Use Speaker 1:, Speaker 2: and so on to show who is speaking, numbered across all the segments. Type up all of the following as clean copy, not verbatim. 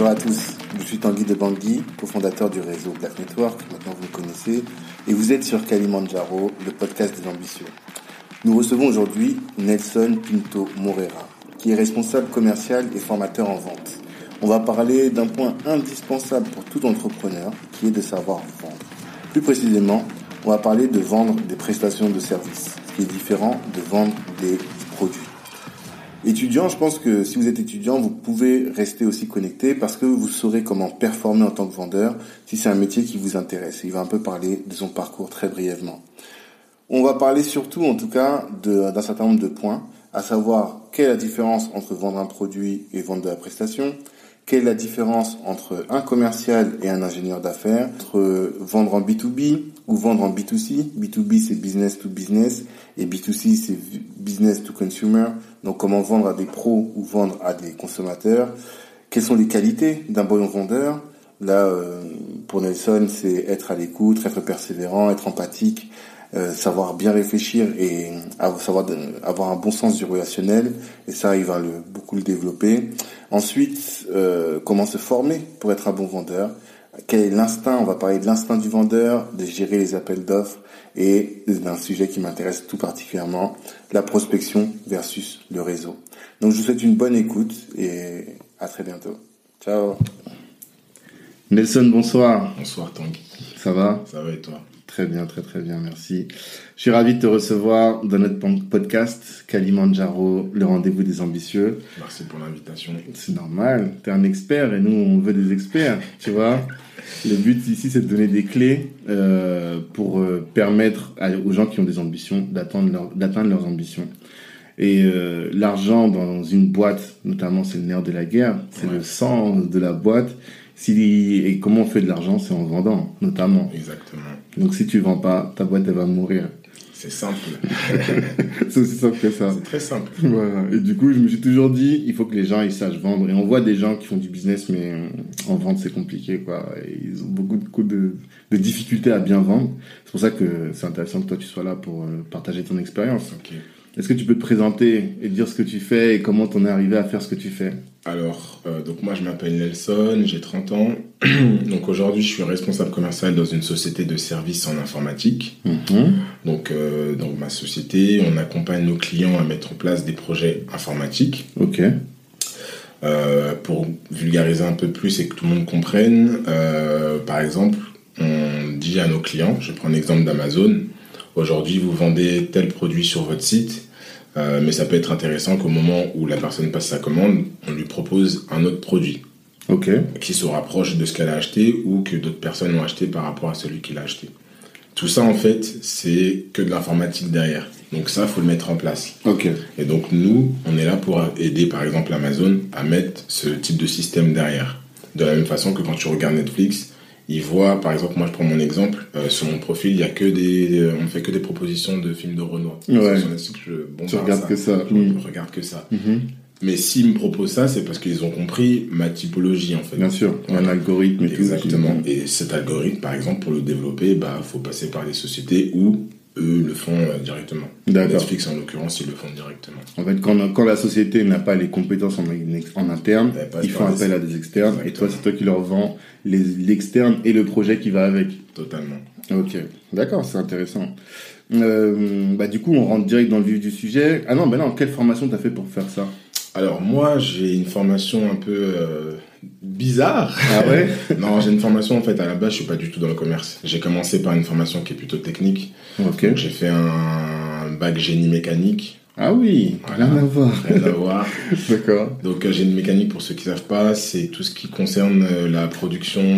Speaker 1: Bonjour à tous, je suis Tanguy de Bangui, cofondateur du réseau Black Network, maintenant vous me connaissez, et vous êtes sur Kalimandjaro, le podcast des ambitieux. Nous recevons aujourd'hui Nelson Pinto Moreira, qui est responsable commercial et formateur en vente. On va parler d'un point indispensable pour tout entrepreneur, qui est de savoir vendre. Plus précisément, on va parler de vendre des prestations de services, ce qui est différent de vendre des produits. Étudiant, je pense que si vous êtes étudiant, vous pouvez rester aussi connecté parce que vous saurez comment performer en tant que vendeur si c'est un métier qui vous intéresse. Il va un peu parler de son parcours très brièvement. On va parler surtout, en tout cas, d'un certain nombre de points, à savoir quelle est la différence entre vendre un produit et vendre de la prestation, quelle est la différence entre un commercial et un ingénieur d'affaires, entre vendre en B2B ou vendre en B2C. B2B, c'est business to business et B2C, c'est business to consumer. Donc, comment vendre à des pros ou vendre à des consommateurs. Quelles sont les qualités d'un bon vendeur? Là, pour Nelson, c'est être à l'écoute, être persévérant, être empathique, savoir bien réfléchir et savoir avoir un bon sens du relationnel. Et ça, il va beaucoup le développer. Ensuite, comment se former pour être un bon vendeur. Quel est l'instinct? On va parler de l'instinct du vendeur, de gérer les appels d'offres et d'un sujet qui m'intéresse tout particulièrement, la prospection versus le réseau. Donc, je vous souhaite une bonne écoute et à très bientôt. Ciao. Nelson, bonsoir.
Speaker 2: Bonsoir Tanguy.
Speaker 1: Ça va?
Speaker 2: Ça va et toi?
Speaker 1: Très bien, très bien, merci. Je suis ravi de te recevoir dans notre podcast Kalimandjaro, le rendez-vous des ambitieux.
Speaker 2: Merci pour l'invitation.
Speaker 1: C'est normal, t'es un expert et nous on veut des experts, tu vois. Le but ici c'est de donner des clés pour permettre aux gens qui ont des ambitions d'atteindre leurs ambitions. Et l'argent dans une boîte, notamment c'est le nerf de la guerre, c'est le sang de la boîte. Et comment on fait de l'argent, c'est en vendant, notamment.
Speaker 2: Exactement.
Speaker 1: Donc si tu vends pas, ta boîte elle va mourir.
Speaker 2: C'est simple.
Speaker 1: C'est aussi simple que ça.
Speaker 2: C'est très simple.
Speaker 1: Voilà. Et du coup, je me suis toujours dit, il faut que les gens ils sachent vendre. Et on voit des gens qui font du business, mais en vente c'est compliqué, quoi. Et ils ont beaucoup de difficultés à bien vendre. C'est pour ça que c'est intéressant que toi tu sois là pour partager ton expérience.
Speaker 2: Ok.
Speaker 1: Est-ce que tu peux te présenter et dire ce que tu fais et comment t'en es arrivé à faire ce que tu fais?
Speaker 2: Alors, donc moi je m'appelle Nelson, j'ai 30 ans. Donc aujourd'hui je suis responsable commercial dans une société de services en informatique. Donc dans ma société, on accompagne nos clients à mettre en place des projets informatiques.
Speaker 1: Ok.
Speaker 2: Pour vulgariser un peu plus et que tout le monde comprenne, par exemple, on dit à nos clients, je prends l'exemple d'Amazon, aujourd'hui vous vendez tel produit sur votre site, mais ça peut être intéressant qu'au moment où la personne passe sa commande, on lui propose un autre produit.
Speaker 1: Ok.
Speaker 2: Qui se rapproche de ce qu'elle a acheté ou que d'autres personnes ont acheté par rapport à celui qui l'a acheté. Tout ça, en fait, c'est que de l'informatique derrière. Donc ça, il faut le mettre en place.
Speaker 1: Ok.
Speaker 2: Et donc nous, on est là pour aider, par exemple, Amazon à mettre ce type de système derrière. De la même façon que quand tu regardes Netflix, ils voient, par exemple, moi je prends mon exemple, sur mon profil, il y a on fait que des propositions de films de Renoir.
Speaker 1: Ouais.
Speaker 2: Sur Netflix,
Speaker 1: tu regardes que ça.
Speaker 2: Je regarde que ça. Mais s'ils me proposent ça, c'est parce qu'ils ont compris ma typologie, en fait.
Speaker 1: Bien sûr, un algorithme et tout.
Speaker 2: Exactement. Et cet algorithme, par exemple, pour le développer, faut passer par des sociétés où eux le font directement.
Speaker 1: D'accord.
Speaker 2: Netflix, en l'occurrence, ils le font directement.
Speaker 1: En fait, quand la société n'a pas les compétences en interne, ils font appel à des externes. Exactement. Et toi, c'est toi qui leur vends l'externe et le projet qui va avec.
Speaker 2: Totalement.
Speaker 1: Ok, d'accord, c'est intéressant. Du coup, on rentre direct dans le vif du sujet. Ah non, quelle formation t'as fait pour faire ça?
Speaker 2: Alors moi, j'ai une formation un peu bizarre.
Speaker 1: Ah ouais?
Speaker 2: Non, j'ai une formation, en fait, à la base, je suis pas du tout dans le commerce. J'ai commencé par une formation qui est plutôt technique.
Speaker 1: Ok.
Speaker 2: Donc j'ai fait un bac génie mécanique.
Speaker 1: Ah oui,
Speaker 2: voilà.
Speaker 1: Rien à voir.
Speaker 2: Rien à voir.
Speaker 1: D'accord.
Speaker 2: Donc génie mécanique, pour ceux qui savent pas, c'est tout ce qui concerne la production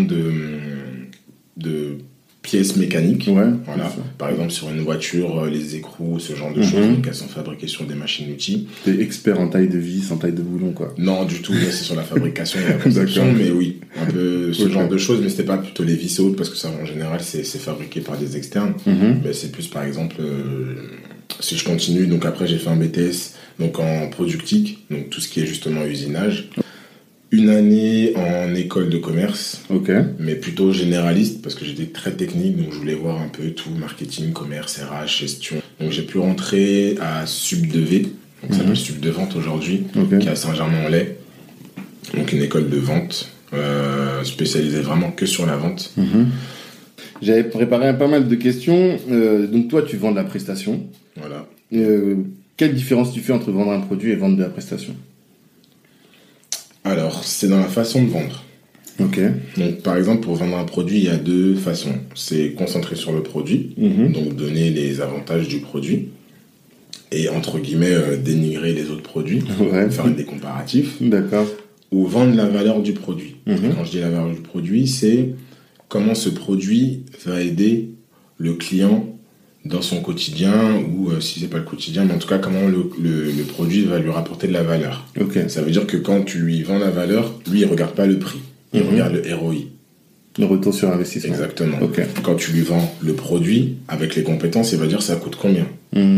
Speaker 2: de pièces mécaniques.
Speaker 1: Ouais,
Speaker 2: voilà. Par exemple, sur une voiture, les écrous, ce genre de choses, donc elles sont fabriquées sur des machines-outils.
Speaker 1: T'es expert en taille de vis, en taille de boulon, quoi.
Speaker 2: Non, du tout. Là, c'est sur la fabrication et la conception, mais oui, un peu ce genre de choses. Mais c'était pas plutôt les vis et autres, parce que ça, en général, c'est fabriqué par des externes. Mais c'est plus, par exemple, si je continue, donc après, j'ai fait un BTS donc en productique, donc tout ce qui est justement usinage. Une année en école de commerce, mais plutôt généraliste parce que j'étais très technique, donc je voulais voir un peu tout, marketing, commerce, RH, gestion. Donc j'ai pu rentrer à Sub2V, donc ça s'appelle Sub de Vente aujourd'hui, qui est à Saint-Germain-en-Laye. Donc une école de vente spécialisé vraiment que sur la vente.
Speaker 1: J'avais préparé pas mal de questions. Donc toi, tu vends de la prestation.
Speaker 2: Voilà.
Speaker 1: Quelle différence tu fais entre vendre un produit et vendre de la prestation?
Speaker 2: Alors, c'est dans la façon de vendre.
Speaker 1: Ok.
Speaker 2: Donc, par exemple, pour vendre un produit, il y a deux façons. C'est concentrer sur le produit, donc donner les avantages du produit, et entre guillemets, dénigrer les autres produits, faire des comparatifs.
Speaker 1: D'accord.
Speaker 2: Ou vendre la valeur du produit. Quand je dis la valeur du produit, c'est comment ce produit va aider le client dans son quotidien, ou si c'est pas le quotidien, mais en tout cas comment le produit va lui rapporter de la valeur.
Speaker 1: Okay.
Speaker 2: Ça veut dire que quand tu lui vends la valeur, lui il regarde pas le prix, il regarde le ROI.
Speaker 1: Le retour sur investissement.
Speaker 2: Exactement.
Speaker 1: Okay.
Speaker 2: Quand tu lui vends le produit avec les compétences, il va dire ça coûte combien.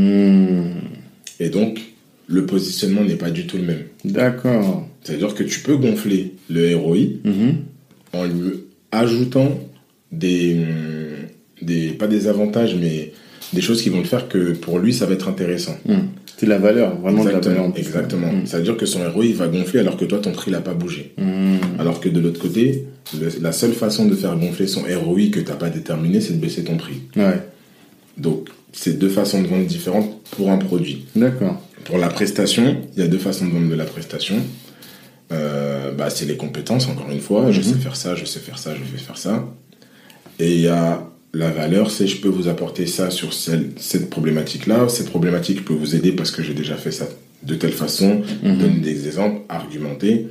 Speaker 2: Et donc le positionnement n'est pas du tout le même.
Speaker 1: D'accord.
Speaker 2: C'est-à-dire que tu peux gonfler le ROI en lui ajoutant pas des avantages, mais des choses qui vont le faire que pour lui ça va être intéressant.
Speaker 1: C'est la valeur, vraiment.
Speaker 2: Exactement,
Speaker 1: de la valeur.
Speaker 2: Exactement. Ça veut dire que son ROI va gonfler alors que toi ton prix n'a pas bougé. Alors que de l'autre côté, la seule façon de faire gonfler son ROI que tu n'as pas déterminé, c'est de baisser ton prix.
Speaker 1: Ouais.
Speaker 2: Donc c'est deux façons de vendre différentes pour un produit.
Speaker 1: D'accord.
Speaker 2: Pour la prestation, il y a deux façons de vendre de la prestation. C'est les compétences, encore une fois. Je sais faire ça, je sais faire ça, je vais faire ça. Et il y a la valeur, c'est je peux vous apporter ça sur cette problématique-là. Cette problématique peut vous aider parce que j'ai déjà fait ça de telle façon. Donner des exemples, argumenter.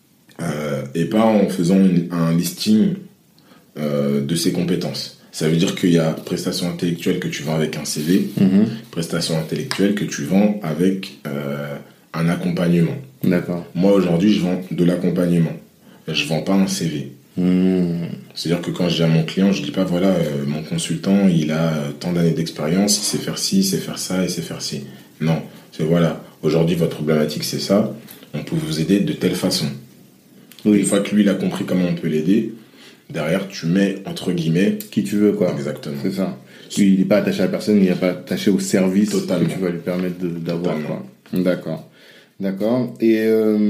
Speaker 2: Et pas en faisant un listing de ses compétences. Ça veut dire qu'il y a prestation intellectuelle que tu vends avec un CV, prestation intellectuelle que tu vends avec un accompagnement.
Speaker 1: D'accord.
Speaker 2: Moi, aujourd'hui, je vends de l'accompagnement. Je vends pas un CV. C'est-à-dire que quand je dis à mon client, je dis pas, voilà, mon consultant, il a tant d'années d'expérience, il sait faire ci, il sait faire ça, il sait faire ci. Non, c'est voilà, aujourd'hui, votre problématique, c'est ça. On peut vous aider de telle façon.
Speaker 1: Oui.
Speaker 2: Une fois que lui, il a compris comment on peut l'aider, derrière, tu mets, entre guillemets...
Speaker 1: qui tu veux, quoi.
Speaker 2: Exactement.
Speaker 1: C'est ça. Lui, il n'est pas attaché à la personne, il n'est pas attaché au service.
Speaker 2: Totalement.
Speaker 1: Que tu vas lui permettre d'avoir, quoi. D'accord. Et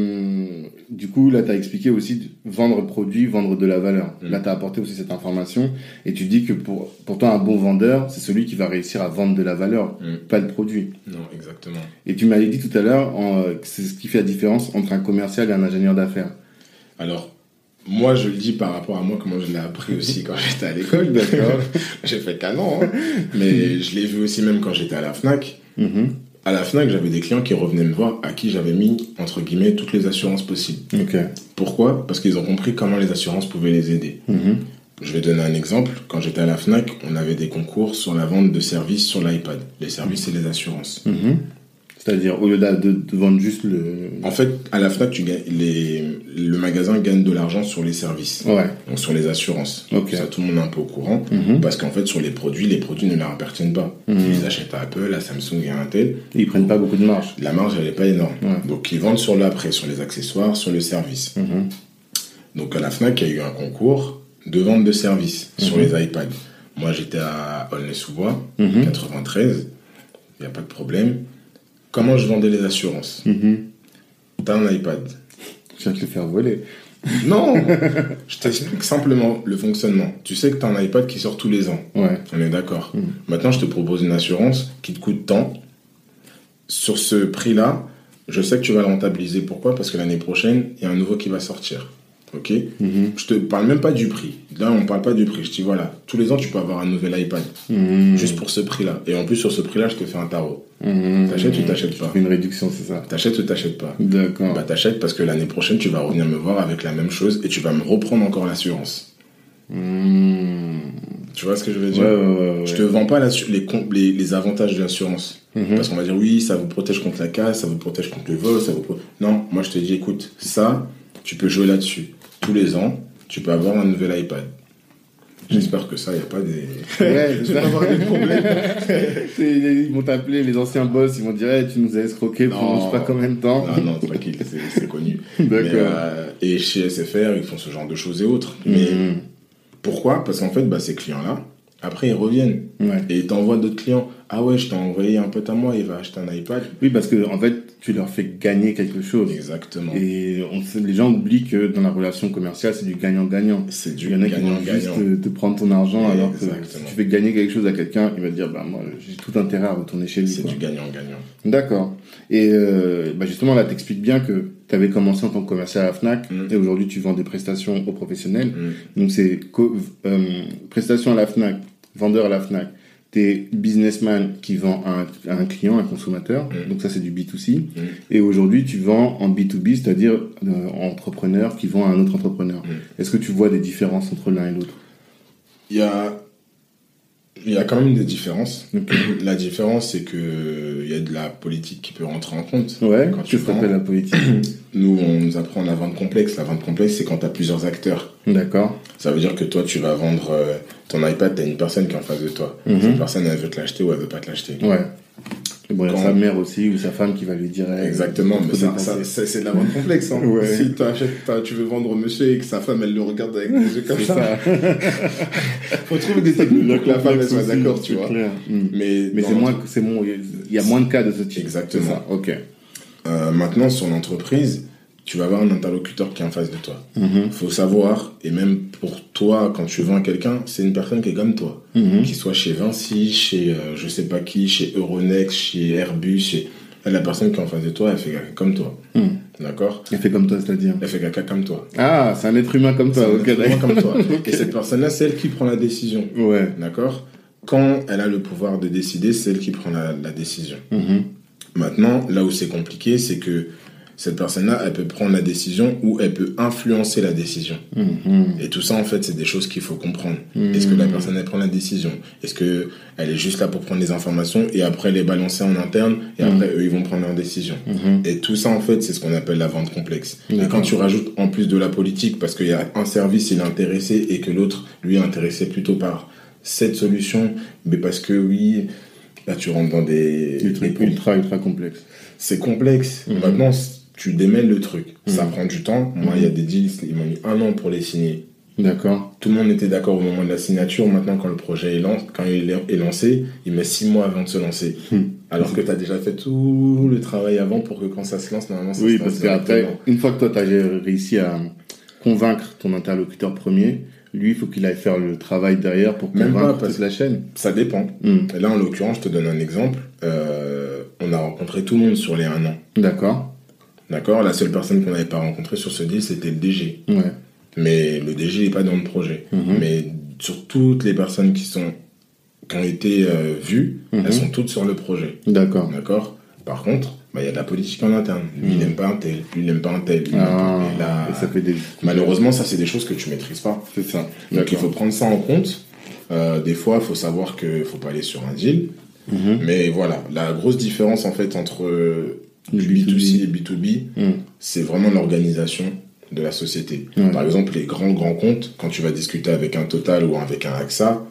Speaker 1: du coup, là, tu as expliqué aussi de vendre produit, vendre de la valeur. Là, tu as apporté aussi cette information. Et tu dis que pour toi, un bon vendeur, c'est celui qui va réussir à vendre de la valeur, pas le produit.
Speaker 2: Non, exactement.
Speaker 1: Et tu m'avais dit tout à l'heure que c'est ce qui fait la différence entre un commercial et un ingénieur d'affaires.
Speaker 2: Alors, moi, je le dis par rapport à moi, comment je l'ai appris aussi quand j'étais à l'école.
Speaker 1: D'accord.
Speaker 2: J'ai fait qu'un an, hein. Mais je l'ai vu aussi même quand j'étais à la FNAC. À la FNAC, j'avais des clients qui revenaient me voir à qui j'avais mis, entre guillemets, toutes les assurances possibles.
Speaker 1: Okay.
Speaker 2: Pourquoi ? Parce qu'ils ont compris comment les assurances pouvaient les aider. Je vais donner un exemple. Quand j'étais à la FNAC, on avait des concours sur la vente de services sur l'iPad. Les services et les assurances.
Speaker 1: C'est-à-dire, au lieu de vendre juste le...
Speaker 2: En fait, à la FNAC, le magasin gagne de l'argent sur les services.
Speaker 1: Ouais.
Speaker 2: Donc sur les assurances.
Speaker 1: Okay.
Speaker 2: Ça, tout le monde est un peu au courant. Parce qu'en fait, sur les produits ne leur appartiennent pas. Ils achètent à Apple, à Samsung et à Intel.
Speaker 1: Ils prennent pas beaucoup de marge.
Speaker 2: La marge, elle n'est pas énorme.
Speaker 1: Ouais.
Speaker 2: Donc ils vendent sur l'après, sur les accessoires, sur le service. Donc à la FNAC, il y a eu un concours de vente de services sur les iPads. Moi, j'étais à Aulnay-sous-Bois, 93. Il n'y a pas de problème. Comment je vendais les assurances ? T'as un iPad.
Speaker 1: Je viens de le faire voler.
Speaker 2: Non. Je t'explique simplement le fonctionnement. Tu sais que t'as un iPad qui sort tous les ans.
Speaker 1: Ouais.
Speaker 2: On est d'accord. Maintenant, je te propose une assurance qui te coûte tant. Sur ce prix-là, je sais que tu vas le rentabiliser. Pourquoi ? Parce que l'année prochaine, il y a un nouveau qui va sortir. Ok ? Je te parle même pas du prix. Là, on parle pas du prix. Je dis voilà, tous les ans, tu peux avoir un nouvel iPad. Juste pour ce prix-là. Et en plus, sur ce prix-là, je te fais un tarot. T'achètes ou t'achètes pas ?
Speaker 1: Une réduction, c'est ça.
Speaker 2: T'achètes ou t'achètes pas ?
Speaker 1: D'accord.
Speaker 2: Bah t'achètes parce que l'année prochaine, tu vas revenir me voir avec la même chose et tu vas me reprendre encore l'assurance. Tu vois ce que je veux dire ?
Speaker 1: Ouais.
Speaker 2: Je te vends pas les avantages de l'assurance. Parce qu'on va dire oui, ça vous protège contre la casse, ça vous protège contre le vol, Non, moi je te dis écoute, ça, tu peux jouer là-dessus. Tous les ans, tu peux avoir un nouvel iPad. J'espère que ça, il n'y a pas des...
Speaker 1: Ouais,
Speaker 2: je vais pas avoir des problèmes.
Speaker 1: Ils vont t'appeler, les anciens boss, ils vont dire hey, tu nous as escroqué pendant je sais pas combien de temps.
Speaker 2: Non, tranquille, c'est connu.
Speaker 1: D'accord.
Speaker 2: Et chez SFR, ils font ce genre de choses et autres. Mais pourquoi ? Parce qu'en fait, ces clients-là, après, ils reviennent.
Speaker 1: Ouais.
Speaker 2: Et ils t'envoient d'autres clients. Ah ouais, je t'ai envoyé un pote à moi, il va acheter un iPad.
Speaker 1: Oui, parce que en fait, tu leur fais gagner quelque chose.
Speaker 2: Exactement.
Speaker 1: Et les gens oublient que dans la relation commerciale, c'est du gagnant-gagnant.
Speaker 2: C'est du
Speaker 1: gagnant-gagnant. Il y en a qui vont juste te prendre ton argent, alors que si tu fais gagner quelque chose à quelqu'un, il va te dire, bah, moi, j'ai tout intérêt à retourner chez lui.
Speaker 2: C'est du gagnant-gagnant.
Speaker 1: D'accord. Et justement, là, t'expliques bien que tu avais commencé en tant que commercial à la Fnac, et aujourd'hui, tu vends des prestations aux professionnels. Donc, c'est prestations à la Fnac, vendeur à la Fnac. T'es businessman qui vend à un client, un consommateur, donc ça c'est du B2C. Et aujourd'hui tu vends en B2B, c'est-à-dire entrepreneur qui vend à un autre entrepreneur. Est-ce que tu vois des différences entre l'un et l'autre?
Speaker 2: Il y a quand même des différences. Okay. La différence, c'est que il y a de la politique qui peut rentrer en compte.
Speaker 1: Ouais, quand tu t'appelles la politique.
Speaker 2: Nous, on nous apprend la vente complexe. La vente complexe, c'est quand tu as plusieurs acteurs.
Speaker 1: D'accord.
Speaker 2: Ça veut dire que toi, tu vas vendre ton iPad, tu as une personne qui est en face de toi. Cette personne, elle veut te l'acheter ou elle veut pas te l'acheter.
Speaker 1: Ouais. Et bon, il y a sa mère aussi ou sa femme qui va lui dire.
Speaker 2: Exactement, mais c'est de la vente complexe. Hein. Ouais. Si tu veux vendre monsieur et que sa femme, elle le regarde avec des yeux comme ça. Faut trouver des techniques pour que la femme, elle soit d'accord, tu vois. Mais il y a moins de cas de ce type. Exactement.
Speaker 1: Ça. Ok.
Speaker 2: Maintenant, sur l'entreprise, tu vas avoir un interlocuteur qui est en face de toi. Faut savoir, et même pour toi, quand tu vends à quelqu'un, c'est une personne qui est comme toi. Qu'il soit chez Vinci, chez je sais pas qui, chez Euronext, chez Airbus, la personne qui est en face de toi, elle fait caca comme toi. D'accord?
Speaker 1: Elle fait comme toi, c'est-à-dire?
Speaker 2: Elle fait caca comme toi.
Speaker 1: Ah, c'est un être humain comme toi.
Speaker 2: C'est un être humain comme toi. Okay. Et cette personne-là, c'est elle qui prend la décision.
Speaker 1: Ouais.
Speaker 2: D'accord? Quand elle a le pouvoir de décider, c'est elle qui prend la décision. Maintenant, là où c'est compliqué, c'est que cette personne-là, elle peut prendre la décision ou elle peut influencer la décision. Et tout ça, en fait, c'est des choses qu'il faut comprendre. Est-ce que la personne, elle prend la décision? Est-ce qu'elle est juste là pour prendre les informations et après les balancer en interne et après, eux, ils vont prendre leur décision. Et tout ça, en fait, c'est ce qu'on appelle la vente complexe. Et quand tu rajoutes en plus de la politique, parce qu'il y a un service, il est intéressé et que l'autre, lui, est intéressé plutôt par cette solution, mais parce que, oui, là, tu rentres dans des
Speaker 1: trucs ultra complexes.
Speaker 2: C'est complexe. Maintenant, tu démêles le truc. Ça prend du temps. Moi, il y a des deals, ils m'ont mis 1 an pour les signer.
Speaker 1: D'accord.
Speaker 2: Tout le monde était d'accord au moment de la signature. Maintenant, quand le projet est lancé, il met 6 mois avant de se lancer. Alors que tu as déjà fait tout le travail avant pour que quand ça se lance, normalement, ça se lance.
Speaker 1: Oui, parce qu'après, une fois que toi, tu as réussi à convaincre ton interlocuteur premier, lui, il faut qu'il aille faire le travail derrière pour convaincre toute la chaîne.
Speaker 2: Ça dépend. Et là, en l'occurrence, je te donne un exemple. On a rencontré tout le monde sur les 1 an.
Speaker 1: D'accord.
Speaker 2: La seule personne qu'on n'avait pas rencontrée sur ce deal, c'était le DG.
Speaker 1: Ouais.
Speaker 2: Mais le DG n'est pas dans le projet. Mais sur toutes les personnes qui ont été vues, elles sont toutes sur le projet.
Speaker 1: D'accord.
Speaker 2: Par contre, il y a de la politique en interne. Lui, il n'aime pas un tel. Lui, il n'aime pas un tel.
Speaker 1: Et ça fait
Speaker 2: malheureusement, ça, c'est des choses que tu maîtrises pas.
Speaker 1: C'est ça.
Speaker 2: Donc, il faut prendre ça en compte. Des fois, il faut savoir qu'il ne faut pas aller sur un deal. Mais voilà, la grosse différence, en fait, entre du B2C et B2B, c'est vraiment l'organisation de la société. Par exemple, les grands comptes, quand tu vas discuter avec un Total ou avec un AXA,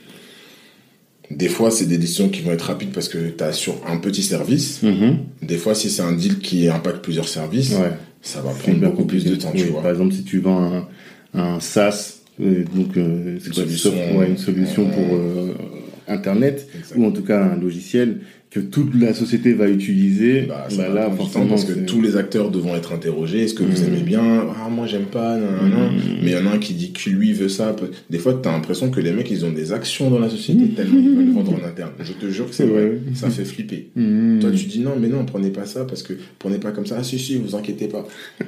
Speaker 2: des fois, c'est des décisions qui vont être rapides parce que tu as sur un petit service. Des fois, si c'est un deal qui impacte plusieurs services, ça va prendre beaucoup plus de temps. Tu vois.
Speaker 1: Par exemple, si tu vends un SaaS, donc une solution pour Internet, ou en tout cas un logiciel que toute la société va utiliser, là forcément
Speaker 2: parce que tous les acteurs devront être interrogés. Est-ce que vous aimez bien? Moi j'aime pas, mais il y en a un qui dit que lui veut ça. Des fois t'as l'impression que les mecs ils ont des actions dans la société tellement ils veulent vendre en interne. Je te jure que c'est vrai. Ça fait flipper. Toi tu dis non prenez pas ça parce que prenez pas comme ça. Ah si vous inquiétez pas.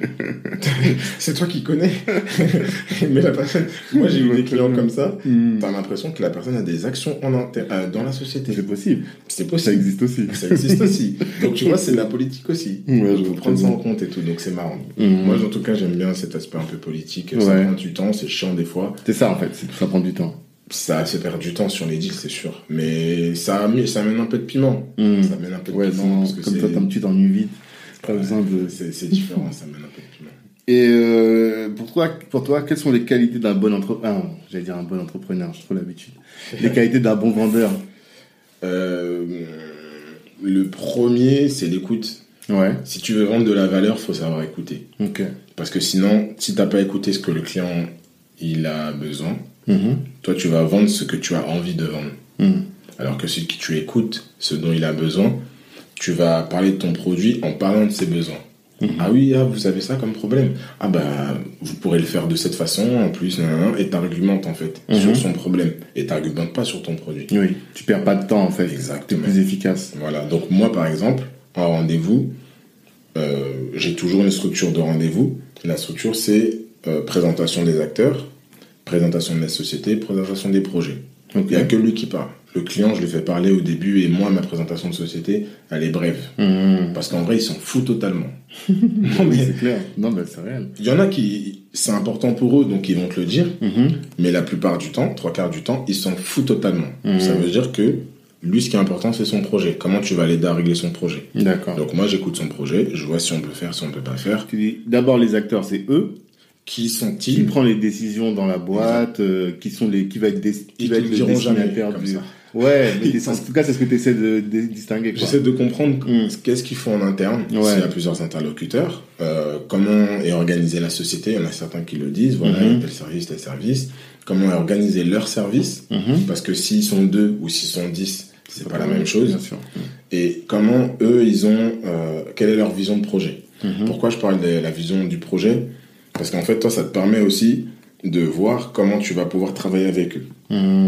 Speaker 2: C'est toi qui connais. Mais la personne, moi j'ai eu des clients comme ça. T'as l'impression que la personne a des actions dans la société.
Speaker 1: C'est possible.
Speaker 2: Ça existe aussi. Donc tu vois, c'est de la politique aussi. Il faut prendre ça en compte et tout, donc c'est marrant. Moi, en tout cas, j'aime bien cet aspect un peu politique. Ça prend du temps, c'est chiant des fois.
Speaker 1: C'est ça en fait, ça prend du temps.
Speaker 2: Ça fait perdre du temps sur les deals, c'est sûr. Mais ça amène un peu de piment. Ça amène un peu de piment. Parce que
Speaker 1: comme toi, tu t'ennuies vite. Pas besoin de...
Speaker 2: C'est différent, ça amène un peu de piment.
Speaker 1: Et pour toi, quelles sont les qualités d'un bon entrepreneur? J'allais dire un bon entrepreneur, j'ai trop l'habitude. Les qualités d'un bon vendeur.
Speaker 2: Le premier, c'est l'écoute.
Speaker 1: Ouais.
Speaker 2: Si tu veux vendre de la valeur, faut savoir écouter.
Speaker 1: Ok.
Speaker 2: Parce que sinon, si t'as pas écouté ce que le client il a besoin, toi tu vas vendre ce que tu as envie de vendre. Alors que si tu écoutes ce dont il a besoin, tu vas parler de ton produit en parlant de ses besoins. Ah oui, vous avez ça comme problème. Ah bah, vous pourrez le faire de cette façon, en plus, et t'argumentes en fait sur son problème. Et t'argumentes pas sur ton produit.
Speaker 1: Oui, tu perds pas de temps en fait.
Speaker 2: Exactement.
Speaker 1: T'es plus efficace.
Speaker 2: Voilà, donc moi par exemple, en rendez-vous, j'ai toujours une structure de rendez-vous. La structure, c'est présentation des acteurs, présentation de la société, présentation des projets. Il n'y a que lui qui parle. Le client, je le fais parler au début et moi, ma présentation de société, elle est brève. Parce qu'en vrai, ils s'en foutent totalement.
Speaker 1: Non, mais c'est clair. Non, mais c'est réel.
Speaker 2: Il y en a qui, c'est important pour eux, donc ils vont te le dire. Mais la plupart du temps, 3/4 du temps, ils s'en foutent totalement. Ça veut dire que lui, ce qui est important, c'est son projet. Comment tu vas l'aider à régler son projet.
Speaker 1: D'accord.
Speaker 2: Donc moi, j'écoute son projet, je vois si on peut faire, si on peut pas faire.
Speaker 1: Tu dis, d'abord, les acteurs, c'est eux.
Speaker 2: Qui sont-ils?
Speaker 1: Qui prend les décisions dans la boîte, qui va être le destinataire
Speaker 2: du... Ça.
Speaker 1: Ouais, mais en tout cas, c'est ce que tu essaies de distinguer. Quoi.
Speaker 2: J'essaie de comprendre qu'est-ce qu'ils font en interne, s'il y a plusieurs interlocuteurs, comment est organisée la société, il y en a certains qui le disent, voilà, tel service, comment est organisé leur service, parce que s'ils sont 2 ou s'ils sont 10, c'est pas la même chose.
Speaker 1: Bien sûr.
Speaker 2: Et comment eux, ils ont, quelle est leur vision de projet. Pourquoi je parle de la vision du projet? Parce qu'en fait, toi, ça te permet aussi de voir comment tu vas pouvoir travailler avec eux.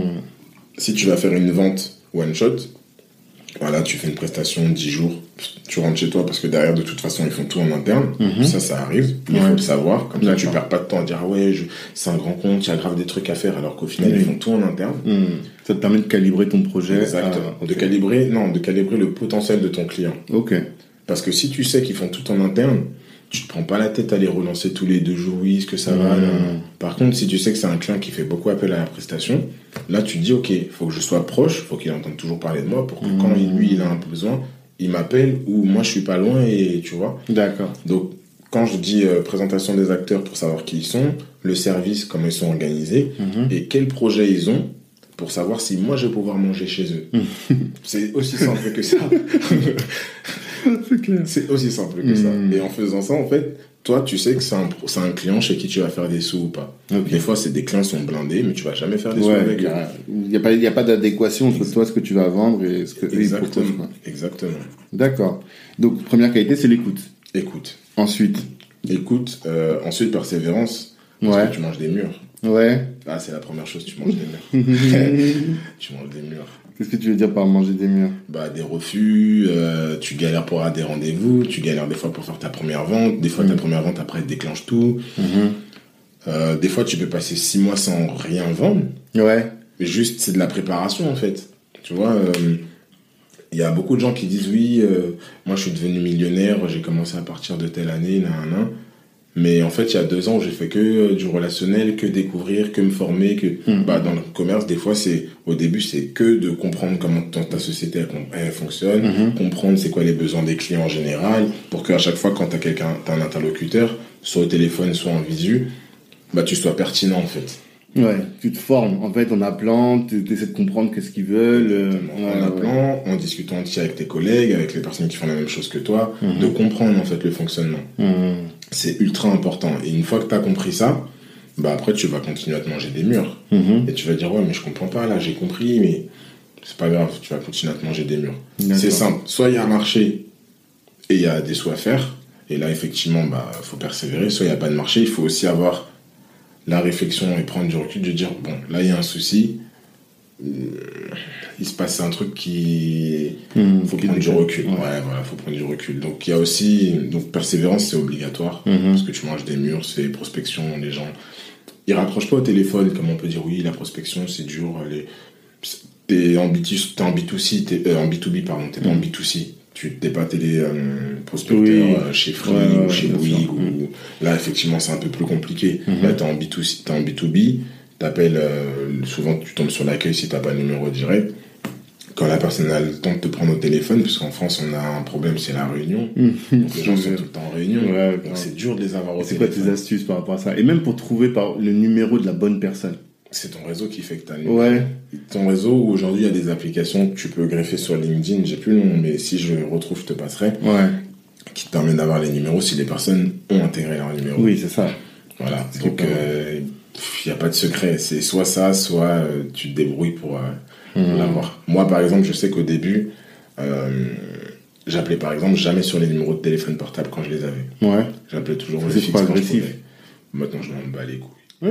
Speaker 2: Si tu vas faire une vente one shot, voilà, tu fais une prestation 10 jours, tu rentres chez toi parce que derrière, de toute façon, ils font tout en interne. Ça arrive. Il faut le savoir. Comme ça, tu perds pas de temps à dire, c'est un grand compte, il y a grave des trucs à faire, alors qu'au final, ils font tout en interne.
Speaker 1: Ça te permet de calibrer ton projet.
Speaker 2: Exactement. De calibrer le potentiel de ton client.
Speaker 1: Ok.
Speaker 2: Parce que si tu sais qu'ils font tout en interne, tu te prends pas la tête à les relancer tous les 2 jours, oui, est-ce que ça va là. Par contre, si tu sais que c'est un client qui fait beaucoup appel à la prestation, là tu te dis, ok, il faut que je sois proche, il faut qu'il entende toujours parler de moi pour que quand il a un besoin, il m'appelle ou moi je suis pas loin et tu vois.
Speaker 1: D'accord.
Speaker 2: Donc, quand je dis présentation des acteurs pour savoir qui ils sont, le service, comment ils sont organisés et quels projets ils ont pour savoir si moi je vais pouvoir manger chez eux. C'est aussi simple que ça.
Speaker 1: C'est clair.
Speaker 2: C'est aussi simple que ça. Et en faisant ça, en fait, toi, tu sais que c'est un client chez qui tu vas faire des sous ou pas. Des fois, c'est des clients qui sont blindés, mais tu vas jamais faire des sous avec eux.
Speaker 1: Il n'y a pas d'adéquation entre toi, ce que tu vas vendre et ce que eux ils proposent.
Speaker 2: Exactement.
Speaker 1: D'accord. Donc, première qualité, c'est l'écoute.
Speaker 2: Écoute.
Speaker 1: Ensuite,
Speaker 2: persévérance. Parce que tu manges des murs.
Speaker 1: Ouais.
Speaker 2: Ah, c'est la première chose, tu manges des murs. Tu manges des murs.
Speaker 1: Qu'est-ce que tu veux dire par manger des murs?
Speaker 2: Bah, des refus, tu galères pour avoir des rendez-vous, tu galères des fois pour faire ta première vente, des fois ta première vente après elle déclenche tout. Des fois tu peux passer 6 mois sans rien vendre.
Speaker 1: Ouais.
Speaker 2: Mais juste c'est de la préparation en fait. Tu vois, il y a beaucoup de gens qui disent oui, moi je suis devenu millionnaire, j'ai commencé à partir de telle année, mais en fait, il y a 2 ans, j'ai fait que du relationnel, que découvrir, que me former, dans le commerce, des fois, au début, c'est que de comprendre comment ta société elle fonctionne, comprendre c'est quoi les besoins des clients en général, pour qu'à chaque fois, quand t'as un interlocuteur, soit au téléphone, soit en visu, tu sois pertinent, en fait.
Speaker 1: Ouais, tu te formes. En fait, en appelant, tu essaies de comprendre qu'est-ce qu'ils veulent.
Speaker 2: En appelant, en discutant aussi avec tes collègues, avec les personnes qui font la même chose que toi, de comprendre, en fait, le fonctionnement. C'est ultra important. Et une fois que tu as compris ça, après, tu vas continuer à te manger des murs. Et tu vas dire, ouais, mais je comprends pas, là, j'ai compris, mais c'est pas grave, tu vas continuer à te manger des murs. D'accord. C'est simple. Soit il y a un marché et il y a des sous à faire, et là, effectivement, faut persévérer. Soit il n'y a pas de marché, il faut aussi avoir la réflexion et prendre du recul, de dire, bon, là, il y a un souci, il se passe un truc qui... faut prendre du recul. Ouais, voilà, faut prendre du recul. Donc, il y a aussi... Donc, persévérance, c'est obligatoire, parce que tu manges des murs, c'est prospection, les gens... Ils raccrochent pas au téléphone, comme on peut dire, oui, la prospection, c'est dur, t'es en B2C, en B2B, pardon, t'es pas en B2C. Tu t'es pas prospecteur chez Free ou chez Bouygues. Là, effectivement, c'est un peu plus compliqué. Là, t'es en B2C, t'es en B2B. T'appelles, souvent, tu tombes sur l'accueil si t'as pas le numéro direct. Quand la personne a le temps de te prendre au téléphone, parce qu'en France, on a un problème, c'est la réunion. Donc, les gens sont tout le temps en réunion. Donc, c'est dur de les avoir au téléphone.
Speaker 1: C'est quoi tes astuces par rapport à ça? Et même pour trouver le numéro de la bonne personne.
Speaker 2: C'est ton réseau qui fait que tu as le numéro. Ouais. Ton réseau, aujourd'hui, il y a des applications que tu peux greffer sur LinkedIn. J'ai plus le nom, mais si je retrouve, je te passerai.
Speaker 1: Ouais.
Speaker 2: Qui te permet d'avoir les numéros si les personnes ont intégré leur numéro.
Speaker 1: Oui, c'est ça.
Speaker 2: Voilà. Donc, il n'y a pas de secret. C'est soit ça, soit tu te débrouilles pour l'avoir. Moi, par exemple, je sais qu'au début, j'appelais par exemple jamais sur les numéros de téléphone portable quand je les avais.
Speaker 1: Ouais.
Speaker 2: J'appelais toujours le
Speaker 1: C'est
Speaker 2: fixe
Speaker 1: pas
Speaker 2: quand je
Speaker 1: agressif.
Speaker 2: pouvais. Maintenant, je m'en bats les couilles.
Speaker 1: je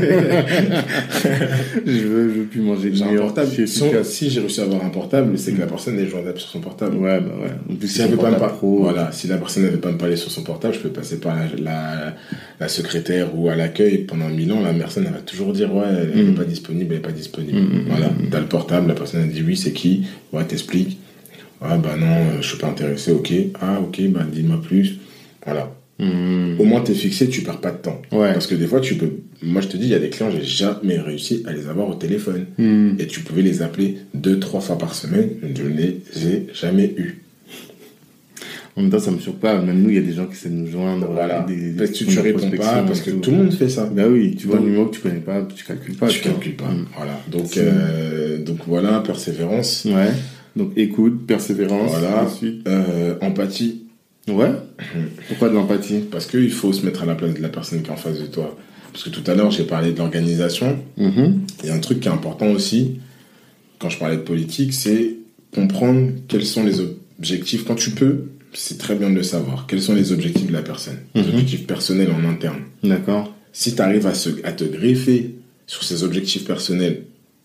Speaker 1: veux plus manger de
Speaker 2: J'ai un
Speaker 1: meilleur.
Speaker 2: portable. Si j'ai réussi à avoir un portable, c'est que la personne est joignable sur son portable.
Speaker 1: Ouais, bah ouais. En plus,
Speaker 2: Si si la personne n'avait pas me parler sur son portable, je peux passer par la secrétaire ou à l'accueil pendant 1000 ans. La personne elle va toujours dire ouais, elle n'est pas disponible, elle n'est pas disponible. Voilà, t'as le portable, la personne elle dit oui, c'est qui? Ouais, t'expliques. Ah bah non, je suis pas intéressé. Ok. Ah ok, bah dis-moi plus. Voilà. Au moins t'es fixé, tu perds pas de temps.
Speaker 1: Ouais.
Speaker 2: Parce que des fois moi je te dis, il y a des clients, j'ai jamais réussi à les avoir au téléphone. Et tu pouvais les appeler 2-3 fois par semaine, je ne les ai jamais eu.
Speaker 1: En même temps, ça me surprend. Même nous, il y a des gens qui essaient de nous joindre.
Speaker 2: Voilà. Parce que tu réponds pas, parce que tout le monde fait ça.
Speaker 1: Bah oui, tu vois un numéro que tu connais pas, tu calcules pas.
Speaker 2: Voilà. Donc voilà, persévérance.
Speaker 1: Ouais. Donc écoute, persévérance.
Speaker 2: Voilà.
Speaker 1: Ensuite.
Speaker 2: Empathie.
Speaker 1: Ouais. Pourquoi de l'empathie?
Speaker 2: Parce qu'il faut se mettre à la place de la personne qui est en face de toi. Parce que tout à l'heure, j'ai parlé de l'organisation. Il y a un truc qui est important aussi, quand je parlais de politique, c'est comprendre quels sont les objectifs. Quand tu peux, c'est très bien de le savoir. Quels sont les objectifs de la personne? Les objectifs personnels en interne.
Speaker 1: D'accord.
Speaker 2: Si tu arrives à te greffer sur ces objectifs personnels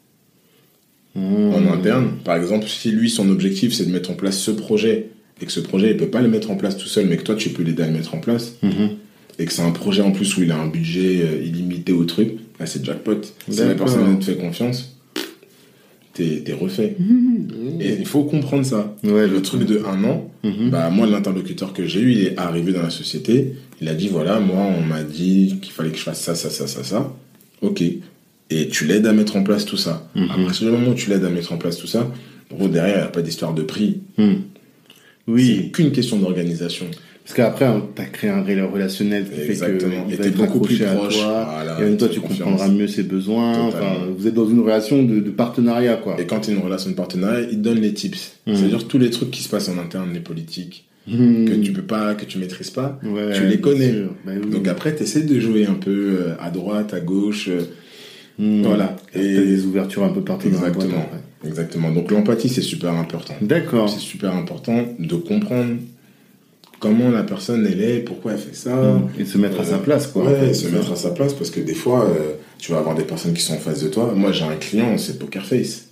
Speaker 2: en interne, par exemple, si lui, son objectif, c'est de mettre en place ce projet, et que ce projet, il peut pas le mettre en place tout seul, mais que toi, tu peux l'aider à le mettre en place, et que c'est un projet en plus où il a un budget illimité au truc, là, c'est jackpot. Si la personne te fait confiance, t'es refait. Et il faut comprendre ça.
Speaker 1: Ouais,
Speaker 2: le truc de 1 an, bah, moi, l'interlocuteur que j'ai eu, il est arrivé dans la société, il a dit, voilà, moi, on m'a dit qu'il fallait que je fasse ça, ça, ça, ça, ça. Ok. Et tu l'aides à mettre en place tout ça. À partir du moment où tu l'aides à mettre en place tout ça, gros, derrière, il n'y a pas d'histoire de prix.
Speaker 1: Oui.
Speaker 2: C'est qu'une question d'organisation.
Speaker 1: Parce qu'après, tu as créé un relationnel qui fait que
Speaker 2: et t'es beaucoup plus proche.
Speaker 1: Voilà, et même toi, tu comprendras mieux ses besoins. Enfin, vous êtes dans une relation de partenariat, quoi.
Speaker 2: Et quand tu es une relation de partenariat, il te donne les tips. C'est-à-dire tous les trucs qui se passent en interne, les politiques, que tu peux pas, que tu maîtrises pas, tu les connais.
Speaker 1: Bah, oui.
Speaker 2: Donc après, tu essaies de jouer un peu à droite, à gauche. Voilà.
Speaker 1: Et t'as des ouvertures un peu partout dans la boîte.
Speaker 2: Exactement. Donc l'empathie, c'est super important.
Speaker 1: D'accord.
Speaker 2: C'est super important de comprendre comment la personne elle est, pourquoi elle fait ça.
Speaker 1: Et de se mettre à sa place, quoi.
Speaker 2: Ouais, se mettre à sa place, parce que des fois, tu vas avoir des personnes qui sont en face de toi. Moi, j'ai un client, c'est Poker Face.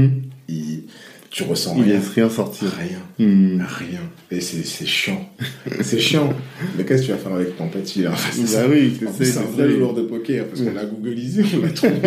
Speaker 2: Tu ressens rien.
Speaker 1: Il laisse rien sortir.
Speaker 2: Rien. Et c'est chiant. C'est chiant. Mais qu'est-ce que tu vas faire avec ton empathie, là?
Speaker 1: Bah oui,
Speaker 2: c'est un vrai joueur de poker, parce qu'on l'a googlisé, on l'a trouvé.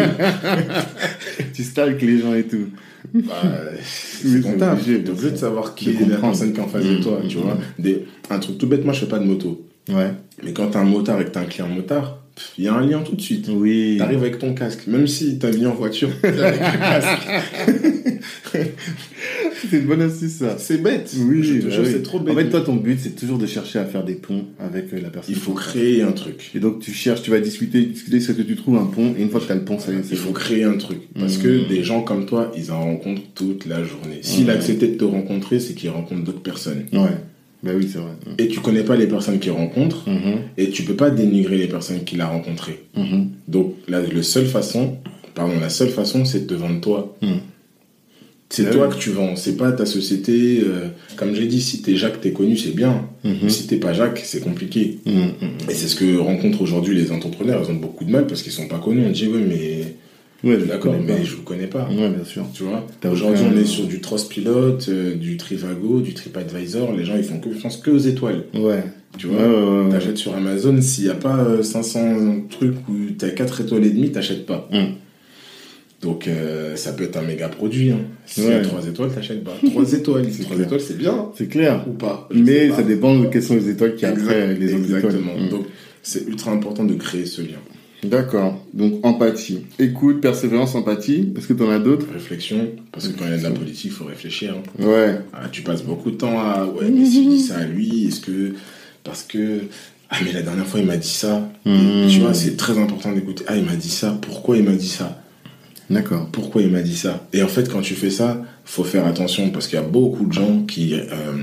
Speaker 1: Tu stalks les gens et tout.
Speaker 2: Bah, c'est ton taf. T'es obligé de savoir qui est la personne qui est en face de toi, tu vois. Un truc tout bête, moi je fais pas de moto.
Speaker 1: Ouais.
Speaker 2: Mais quand t'as un motard et que t'as un client motard, il y a un lien tout de suite.
Speaker 1: Oui.
Speaker 2: T'arrives avec ton casque. Même si t'as mis en voiture, t'arrives avec le casque.
Speaker 1: C'est une bonne astuce, ça.
Speaker 2: C'est bête.
Speaker 1: Oui,
Speaker 2: je te jure, c'est trop bête.
Speaker 1: En fait, toi, ton but, c'est toujours de chercher à faire des ponts avec la personne.
Speaker 2: Il faut créer un truc.
Speaker 1: Et donc, tu vas discuter, ce que tu trouves un pont, et une fois que tu as le pont, ça y est,
Speaker 2: il faut créer un truc. Parce que des gens comme toi, ils en rencontrent toute la journée. S'il a accepté de te rencontrer, c'est qu'il rencontre d'autres personnes.
Speaker 1: Ouais. Bah oui, c'est vrai.
Speaker 2: Et tu connais pas les personnes qu'il rencontre, et tu peux pas dénigrer les personnes qu'il a rencontrées. Donc, la seule façon, c'est de te vendre toi. C'est toi que tu vends, c'est pas ta société. Comme j'ai dit, si t'es Jacques, t'es connu, c'est bien. Si t'es pas Jacques, c'est compliqué. Et c'est ce que rencontrent aujourd'hui les entrepreneurs. Ils ont beaucoup de mal parce qu'ils sont pas connus. On dit, oui, mais...
Speaker 1: Ouais,
Speaker 2: d'accord, mais je vous connais pas.
Speaker 1: Ouais, bien sûr.
Speaker 2: Tu vois, aujourd'hui, on est sur du Trustpilot, du Trivago, du TripAdvisor. Les gens, ils font confiance que aux étoiles.
Speaker 1: Ouais.
Speaker 2: Tu vois, t'achètes sur Amazon, s'il y a pas 500 trucs où t'as 4 étoiles et demie, t'achètes pas. Donc, ça peut être un méga produit. Si y a 3 étoiles, t'achètes pas. 3 étoiles. 3 étoiles, c'est bien.
Speaker 1: C'est clair.
Speaker 2: Ou pas.
Speaker 1: Mais ça dépend de quelles sont les étoiles qu'il y a après avec les autres étoiles.
Speaker 2: Exactement. Donc, c'est ultra important de créer ce lien.
Speaker 1: D'accord. Donc, empathie. Écoute, persévérance, empathie. Est-ce que tu en as d'autres?
Speaker 2: Réflexion. Parce que quand il y a de la politique, il faut réfléchir.
Speaker 1: Ouais.
Speaker 2: Tu passes beaucoup de temps à... Ouais, mais si je dis ça à lui, est-ce que... Parce que... Ah, mais la dernière fois, il m'a dit ça. Tu vois, c'est très important d'écouter. Ah, il m'a dit ça. Pourquoi il m'a dit ça? D'accord. Pourquoi il m'a dit ça? Et en fait, quand tu fais ça, faut faire attention parce qu'il y a beaucoup de gens qui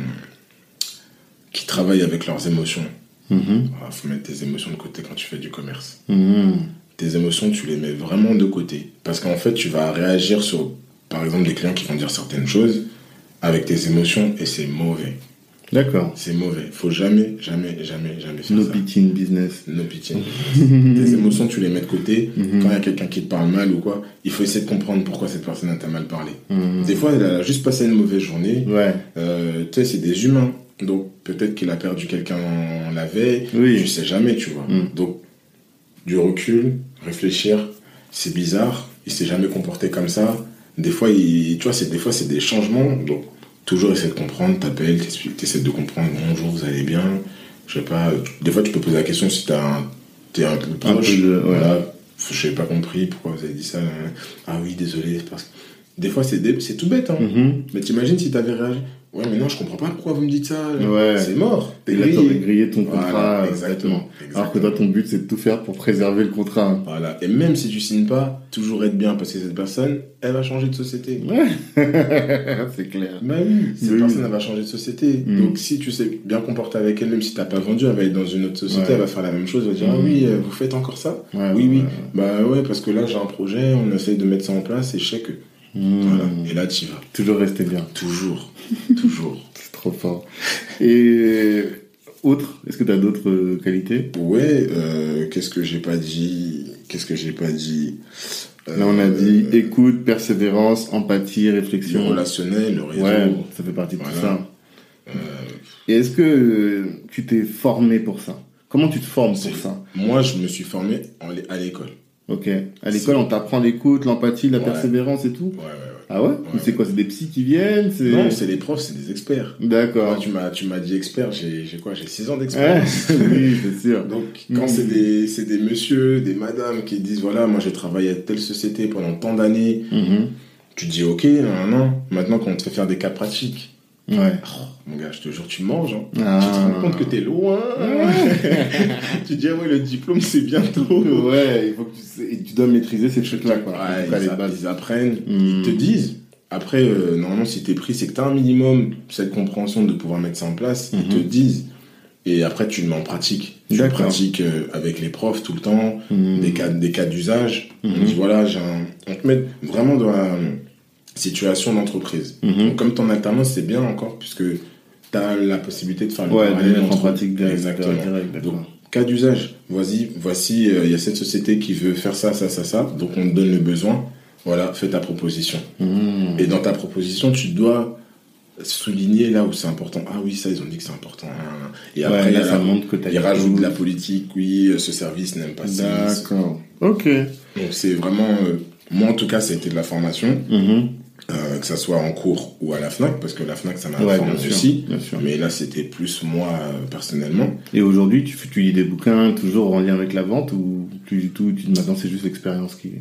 Speaker 2: travaillent avec leurs émotions. Faut mettre tes émotions de côté quand tu fais du commerce. Tes émotions, tu les mets vraiment de côté. Parce qu'en fait, tu vas réagir sur, par exemple, des clients qui vont dire certaines choses avec tes émotions et c'est mauvais.
Speaker 1: D'accord.
Speaker 2: C'est mauvais. Faut jamais faire ça.
Speaker 1: No pity in business.
Speaker 2: No pity in business. Tes émotions, tu les mets de côté. Quand il y a quelqu'un qui te parle mal ou quoi, il faut essayer de comprendre pourquoi cette personne t'a mal parlé. Des fois, elle a juste passé une mauvaise journée.
Speaker 1: Ouais.
Speaker 2: Tu sais, c'est des humains. Donc, peut-être qu'il a perdu quelqu'un la veille.
Speaker 1: Oui.
Speaker 2: Tu sais jamais, tu vois. Donc, du recul, réfléchir. C'est bizarre. Il s'est jamais comporté comme ça. Des fois, des fois, c'est des changements. Donc, toujours essayer de comprendre. T'appelles, t'essaies de comprendre. Bonjour, vous allez bien? Je sais pas. Des fois, tu peux poser la question si t'es un peu proche. Voilà. Je n'ai pas compris pourquoi vous avez dit ça. Ah oui, désolé. Parce que des fois, c'est tout bête. Hein. Mais t'imagines si t'avais réagi. Ouais, mais non, je comprends pas pourquoi vous me dites ça.
Speaker 1: Ouais.
Speaker 2: C'est mort.
Speaker 1: T'es grillé. T'aurais grillé ton contrat.
Speaker 2: Voilà, exactement.
Speaker 1: Alors que toi, ton but, c'est de tout faire pour préserver le contrat.
Speaker 2: Voilà. Et même si tu signes pas, toujours être bien parce que cette personne, elle va changer de société.
Speaker 1: Ouais. C'est clair.
Speaker 2: Bah oui, cette personne, elle va changer de société. Donc, si tu sais bien comporter avec elle, même si t'as pas vendu, elle va être dans une autre société, elle va faire la même chose, elle va dire, ah oui, vous faites encore ça? Oui. Bah ouais, parce que là, j'ai un projet, on essaye de mettre ça en place et je sais que. Voilà. Et là, tu vas.
Speaker 1: Toujours rester bien.
Speaker 2: Toujours.
Speaker 1: C'est trop fort. Et autre, est-ce que tu as d'autres qualités?
Speaker 2: Ouais, qu'est-ce que j'ai pas dit
Speaker 1: Là, on a dit écoute, persévérance, empathie, réflexion.
Speaker 2: Le relationnel, le réseau.
Speaker 1: Ouais, ça fait partie de tout ça. Et est-ce que tu t'es formé pour ça? Comment tu te formes pour ça?
Speaker 2: Moi, je me suis formé à l'école.
Speaker 1: Ok. À l'école, on t'apprend l'écoute, l'empathie, la persévérance et tout?
Speaker 2: Ouais.
Speaker 1: Ah ouais? C'est quoi? C'est des psys qui viennent?
Speaker 2: Non, c'est les profs, c'est des experts.
Speaker 1: D'accord.
Speaker 2: Moi, tu m'as dit expert, j'ai quoi? J'ai 6 ans d'expérience.
Speaker 1: Oui, c'est sûr.
Speaker 2: Donc, quand c'est des messieurs, des madames qui disent, voilà, moi j'ai travaillé à telle société pendant tant d'années, tu te dis, ok, non. Maintenant, quand on te fait faire des cas pratiques,
Speaker 1: ouais.
Speaker 2: Oh, mon gars, je te jure, tu manges. Hein. Tu te rends compte que t'es loin. Tu te dis, ah ouais, le diplôme, c'est bientôt.
Speaker 1: Ouais, il faut que tu dois maîtriser ces trucs-là, quoi.
Speaker 2: Ouais, ils apprennent, ils te disent. Après, normalement, si t'es pris, c'est que t'as un minimum cette compréhension de pouvoir mettre ça en place. Ils te disent. Et après, tu le mets en pratique. Tu le pratiques avec les profs tout le temps, des cas d'usage. On dit, voilà, on te met vraiment dans la situation d'entreprise. Donc, comme ton alternance, c'est bien encore, puisque tu as la possibilité de faire le
Speaker 1: parallèle en pratique direct.
Speaker 2: Exactement. Donc, cas d'usage. Voici, il y a cette société qui veut faire ça. Donc, on te donne le besoin. Voilà, fais ta proposition. Et dans ta proposition, tu dois souligner là où c'est important. Ah oui, ça, ils ont dit que c'est important. Et après,
Speaker 1: là, ça montre que
Speaker 2: ils rajoutent de la politique. Oui, ce service n'aime pas ça.
Speaker 1: D'accord. Ok.
Speaker 2: Donc, c'est vraiment... moi, en tout cas, ça a été de la formation. Que ça soit en cours ou à la FNAC, parce que la FNAC, ça m'a formé aussi. Bien sûr. Mais là, c'était plus moi, personnellement.
Speaker 1: Et aujourd'hui, tu lis des bouquins toujours en lien avec la vente ou plus du tout? Maintenant, c'est juste l'expérience qui...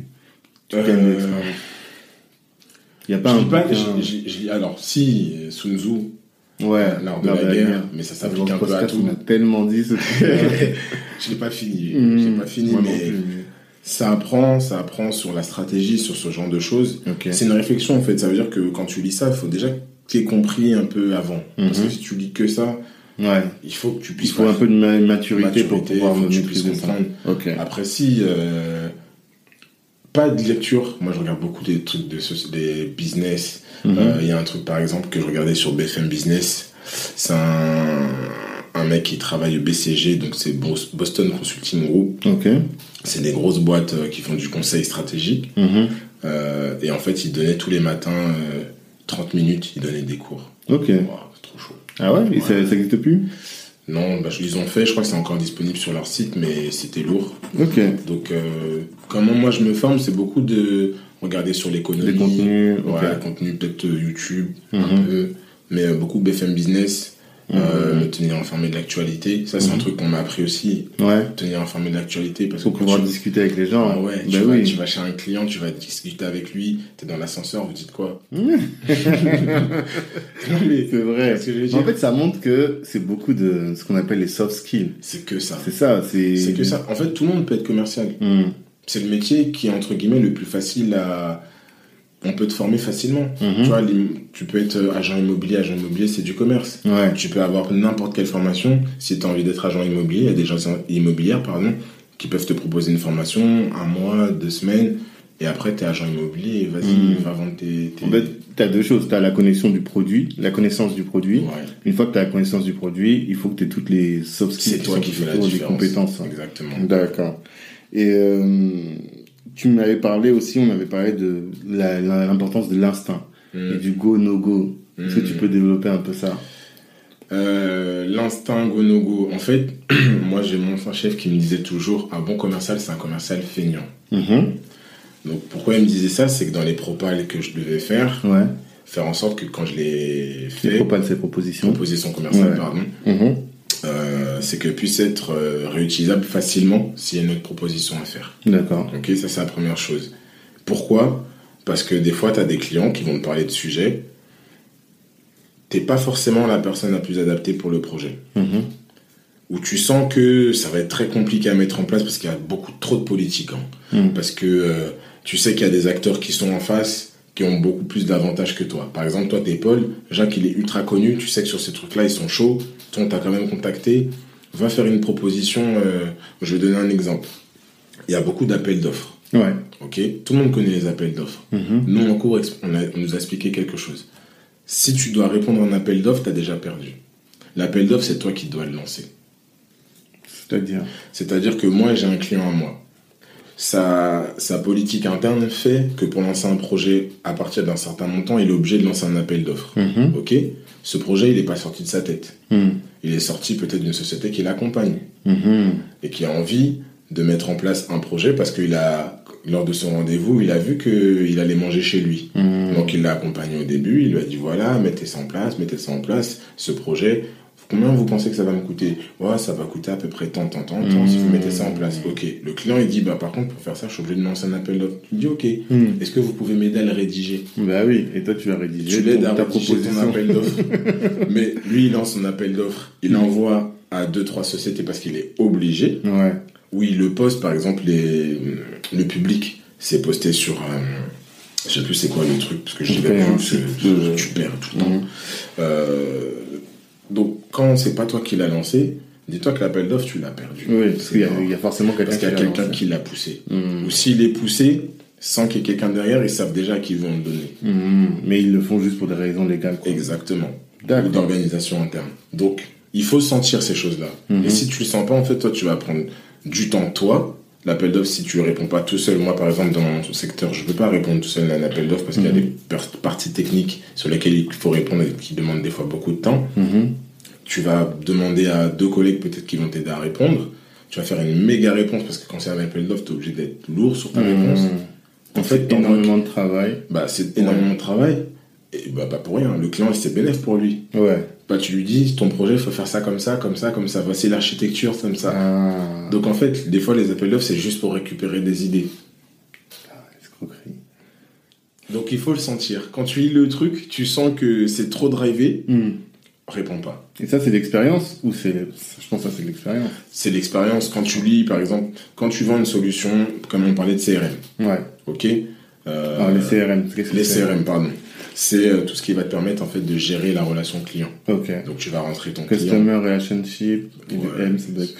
Speaker 1: Il n'y a pas un bouquin...
Speaker 2: Alors, si, Sun Tzu, l'art de la guerre, mais ça s'applique un peu à tout.
Speaker 1: On a tellement dit ce truc.
Speaker 2: Je l'ai pas fini. Mais... Ça apprend sur la stratégie, sur ce genre de choses. Okay. C'est une réflexion, en fait. Ça veut dire que quand tu lis ça, il faut déjà que tu aies compris un peu avant. Parce que si tu lis que ça, il faut que tu puisses...
Speaker 1: Il faut un peu de maturité pour pouvoir
Speaker 2: maîtriser ça. Okay. Après, si... pas de lecture. Moi, je regarde beaucoup des trucs des business. Il y a un truc, par exemple, que je regardais sur BFM Business. C'est un mec qui travaille au BCG, donc c'est Boston Consulting Group. C'est des grosses boîtes qui font du conseil stratégique. Et en fait, il donnait tous les matins 30 minutes, il donnait des cours.
Speaker 1: Ok.
Speaker 2: Wow, c'est trop chaud.
Speaker 1: Ah ouais? Et ça n'existe plus?
Speaker 2: Non, ils ont fait, je crois que c'est encore disponible sur leur site, mais c'était lourd.
Speaker 1: Ok.
Speaker 2: Donc, comment moi je me forme, c'est beaucoup de regarder sur l'économie.
Speaker 1: Les contenus.
Speaker 2: Contenu peut-être YouTube, un peu. Mais beaucoup BFM Business. Me tenir informé de l'actualité, ça c'est un truc qu'on m'a appris aussi. Tenir informé de l'actualité parce
Speaker 1: pour pouvoir discuter avec les gens.
Speaker 2: Tu vas chez un client, tu vas discuter avec lui, t'es dans l'ascenseur, vous dites quoi?
Speaker 1: C'est vrai. En fait, ça montre que c'est beaucoup de ce qu'on appelle les soft skills.
Speaker 2: C'est que ça.
Speaker 1: C'est
Speaker 2: que ça. En fait, tout le monde peut être commercial. C'est le métier qui est entre guillemets le plus facile à... On peut te former facilement. Tu vois, tu peux être agent immobilier, c'est du commerce. Tu peux avoir n'importe quelle formation. Si tu as envie d'être agent immobilier, il y a des gens immobilières, qui peuvent te proposer une formation, 1 mois, 2 semaines, et après tu es agent immobilier, vas-y, à vendre tes...
Speaker 1: En fait, tu as deux choses. Tu as la connaissance du produit.
Speaker 2: Ouais.
Speaker 1: Une fois que tu as la connaissance du produit, il faut que tu aies toutes les soft skills.
Speaker 2: C'est toi qui fais la différence.
Speaker 1: Les compétences.
Speaker 2: Exactement.
Speaker 1: D'accord. Et tu m'avais parlé aussi, on avait parlé de l'importance de l'instinct et du go, no go. Est-ce que tu peux développer un peu ça?
Speaker 2: L'instinct go no go. En fait, moi j'ai mon ancien chef qui me disait toujours un bon commercial, c'est un commercial feignant. Donc pourquoi il me disait ça, c'est que dans les propals que je devais faire, faire en sorte que quand je l'ai fait,
Speaker 1: les propals, c'est proposition
Speaker 2: commerciale, pardon, c'est qu'elle puisse être réutilisable facilement s'il y a une autre proposition à faire.
Speaker 1: D'accord.
Speaker 2: Ok, ça c'est la première chose. Pourquoi? Parce que des fois tu as des clients qui vont te parler de sujets, t'es pas forcément la personne la plus adaptée pour le projet. Où tu sens que ça va être très compliqué à mettre en place parce qu'il y a trop de politique. Parce que tu sais qu'il y a des acteurs qui sont en face qui ont beaucoup plus d'avantages que toi. Par exemple, toi, t'es Paul, Jacques, il est ultra connu, tu sais que sur ces trucs-là, ils sont chauds, toi, on t'a quand même contacté, va faire une proposition, je vais donner un exemple. Il y a beaucoup d'appels d'offres.
Speaker 1: Ouais.
Speaker 2: Ok, tout le monde connaît les appels d'offres. Nous, en cours, on nous a expliqué quelque chose. Si tu dois répondre à un appel d'offres, t'as déjà perdu. L'appel d'offres, c'est toi qui dois le lancer. C'est-à-dire que moi, j'ai un client à moi. Sa politique interne fait que pour lancer un projet à partir d'un certain montant, il est obligé de lancer un appel d'offres. Ok ? Ce projet, il n'est pas sorti de sa tête. Il est sorti peut-être d'une société qui l'accompagne et qui a envie de mettre en place un projet parce que lors de son rendez-vous, il a vu qu'il allait manger chez lui. Donc il l'a accompagné au début, il lui a dit voilà, mettez ça en place, ce projet. Combien vous pensez que ça va me coûter? Ouais, ça va coûter à peu près tant, si vous mettez ça en place. Ok. Le client, il dit, par contre, pour faire ça, je suis obligé de lancer un appel d'offres. Tu dis, ok. Est-ce que vous pouvez m'aider à le rédiger?
Speaker 1: Bah oui. Et toi, tu vas rédiger.
Speaker 2: Tu l'aides à rédiger ton appel d'offres. Mais lui, il lance son appel d'offres. Il l'envoie à 2-3 sociétés parce qu'il est obligé.
Speaker 1: Ouais.
Speaker 2: Où il le poste, par exemple, le public, c'est posté sur... je sais plus c'est quoi le truc, parce que je dis tu perds tout le temps. Donc, quand c'est pas toi qui l'as lancé, dis-toi que l'appel d'offres, tu l'as perdu.
Speaker 1: Oui, parce qu'il y a forcément quelqu'un
Speaker 2: qui l'a poussé. Ou s'il est poussé, sans qu'il y ait quelqu'un derrière, ils savent déjà qu'ils vont le donner.
Speaker 1: Mais ils le font juste pour des raisons légales, quoi.
Speaker 2: Exactement. Ou d'organisation interne. Donc, il faut sentir ces choses-là. Et si tu le sens pas, en fait, toi, tu vas prendre du temps, toi. L'appel d'offres, si tu ne réponds pas tout seul, moi par exemple dans mon secteur, je ne peux pas répondre tout seul à un appel d'offres parce qu'il y a des parties techniques sur lesquelles il faut répondre et qui demandent des fois beaucoup de temps. Tu vas demander à 2 collègues peut-être qui vont t'aider à répondre. Tu vas faire une méga réponse parce que quand c'est un appel d'offres, tu es obligé d'être lourd sur ta réponse.
Speaker 1: En fait, énormément de travail.
Speaker 2: C'est énormément de travail. Et pas pour rien. Le client, c'est bénéfique pour lui.
Speaker 1: Ouais.
Speaker 2: Tu lui dis, ton projet, il faut faire ça comme ça. Voici l'architecture, comme ça. Donc, en fait, des fois, les appels d'offres, c'est juste pour récupérer des idées.
Speaker 1: Escroquerie.
Speaker 2: Donc, il faut le sentir. Quand tu lis le truc, tu sens que c'est trop drivé, réponds pas.
Speaker 1: Et ça, c'est l'expérience ou c'est... Je pense que ça, c'est l'expérience.
Speaker 2: C'est l'expérience. Quand tu lis, par exemple, quand tu vends une solution, comme on parlait de CRM.
Speaker 1: Ouais.
Speaker 2: Ok.
Speaker 1: Les CRM.
Speaker 2: Les CRM, pardon. C'est tout ce qui va te permettre en fait de gérer la relation client.
Speaker 1: Ok.
Speaker 2: Donc tu vas rentrer ton
Speaker 1: Customer Relationship, IBM, ça doit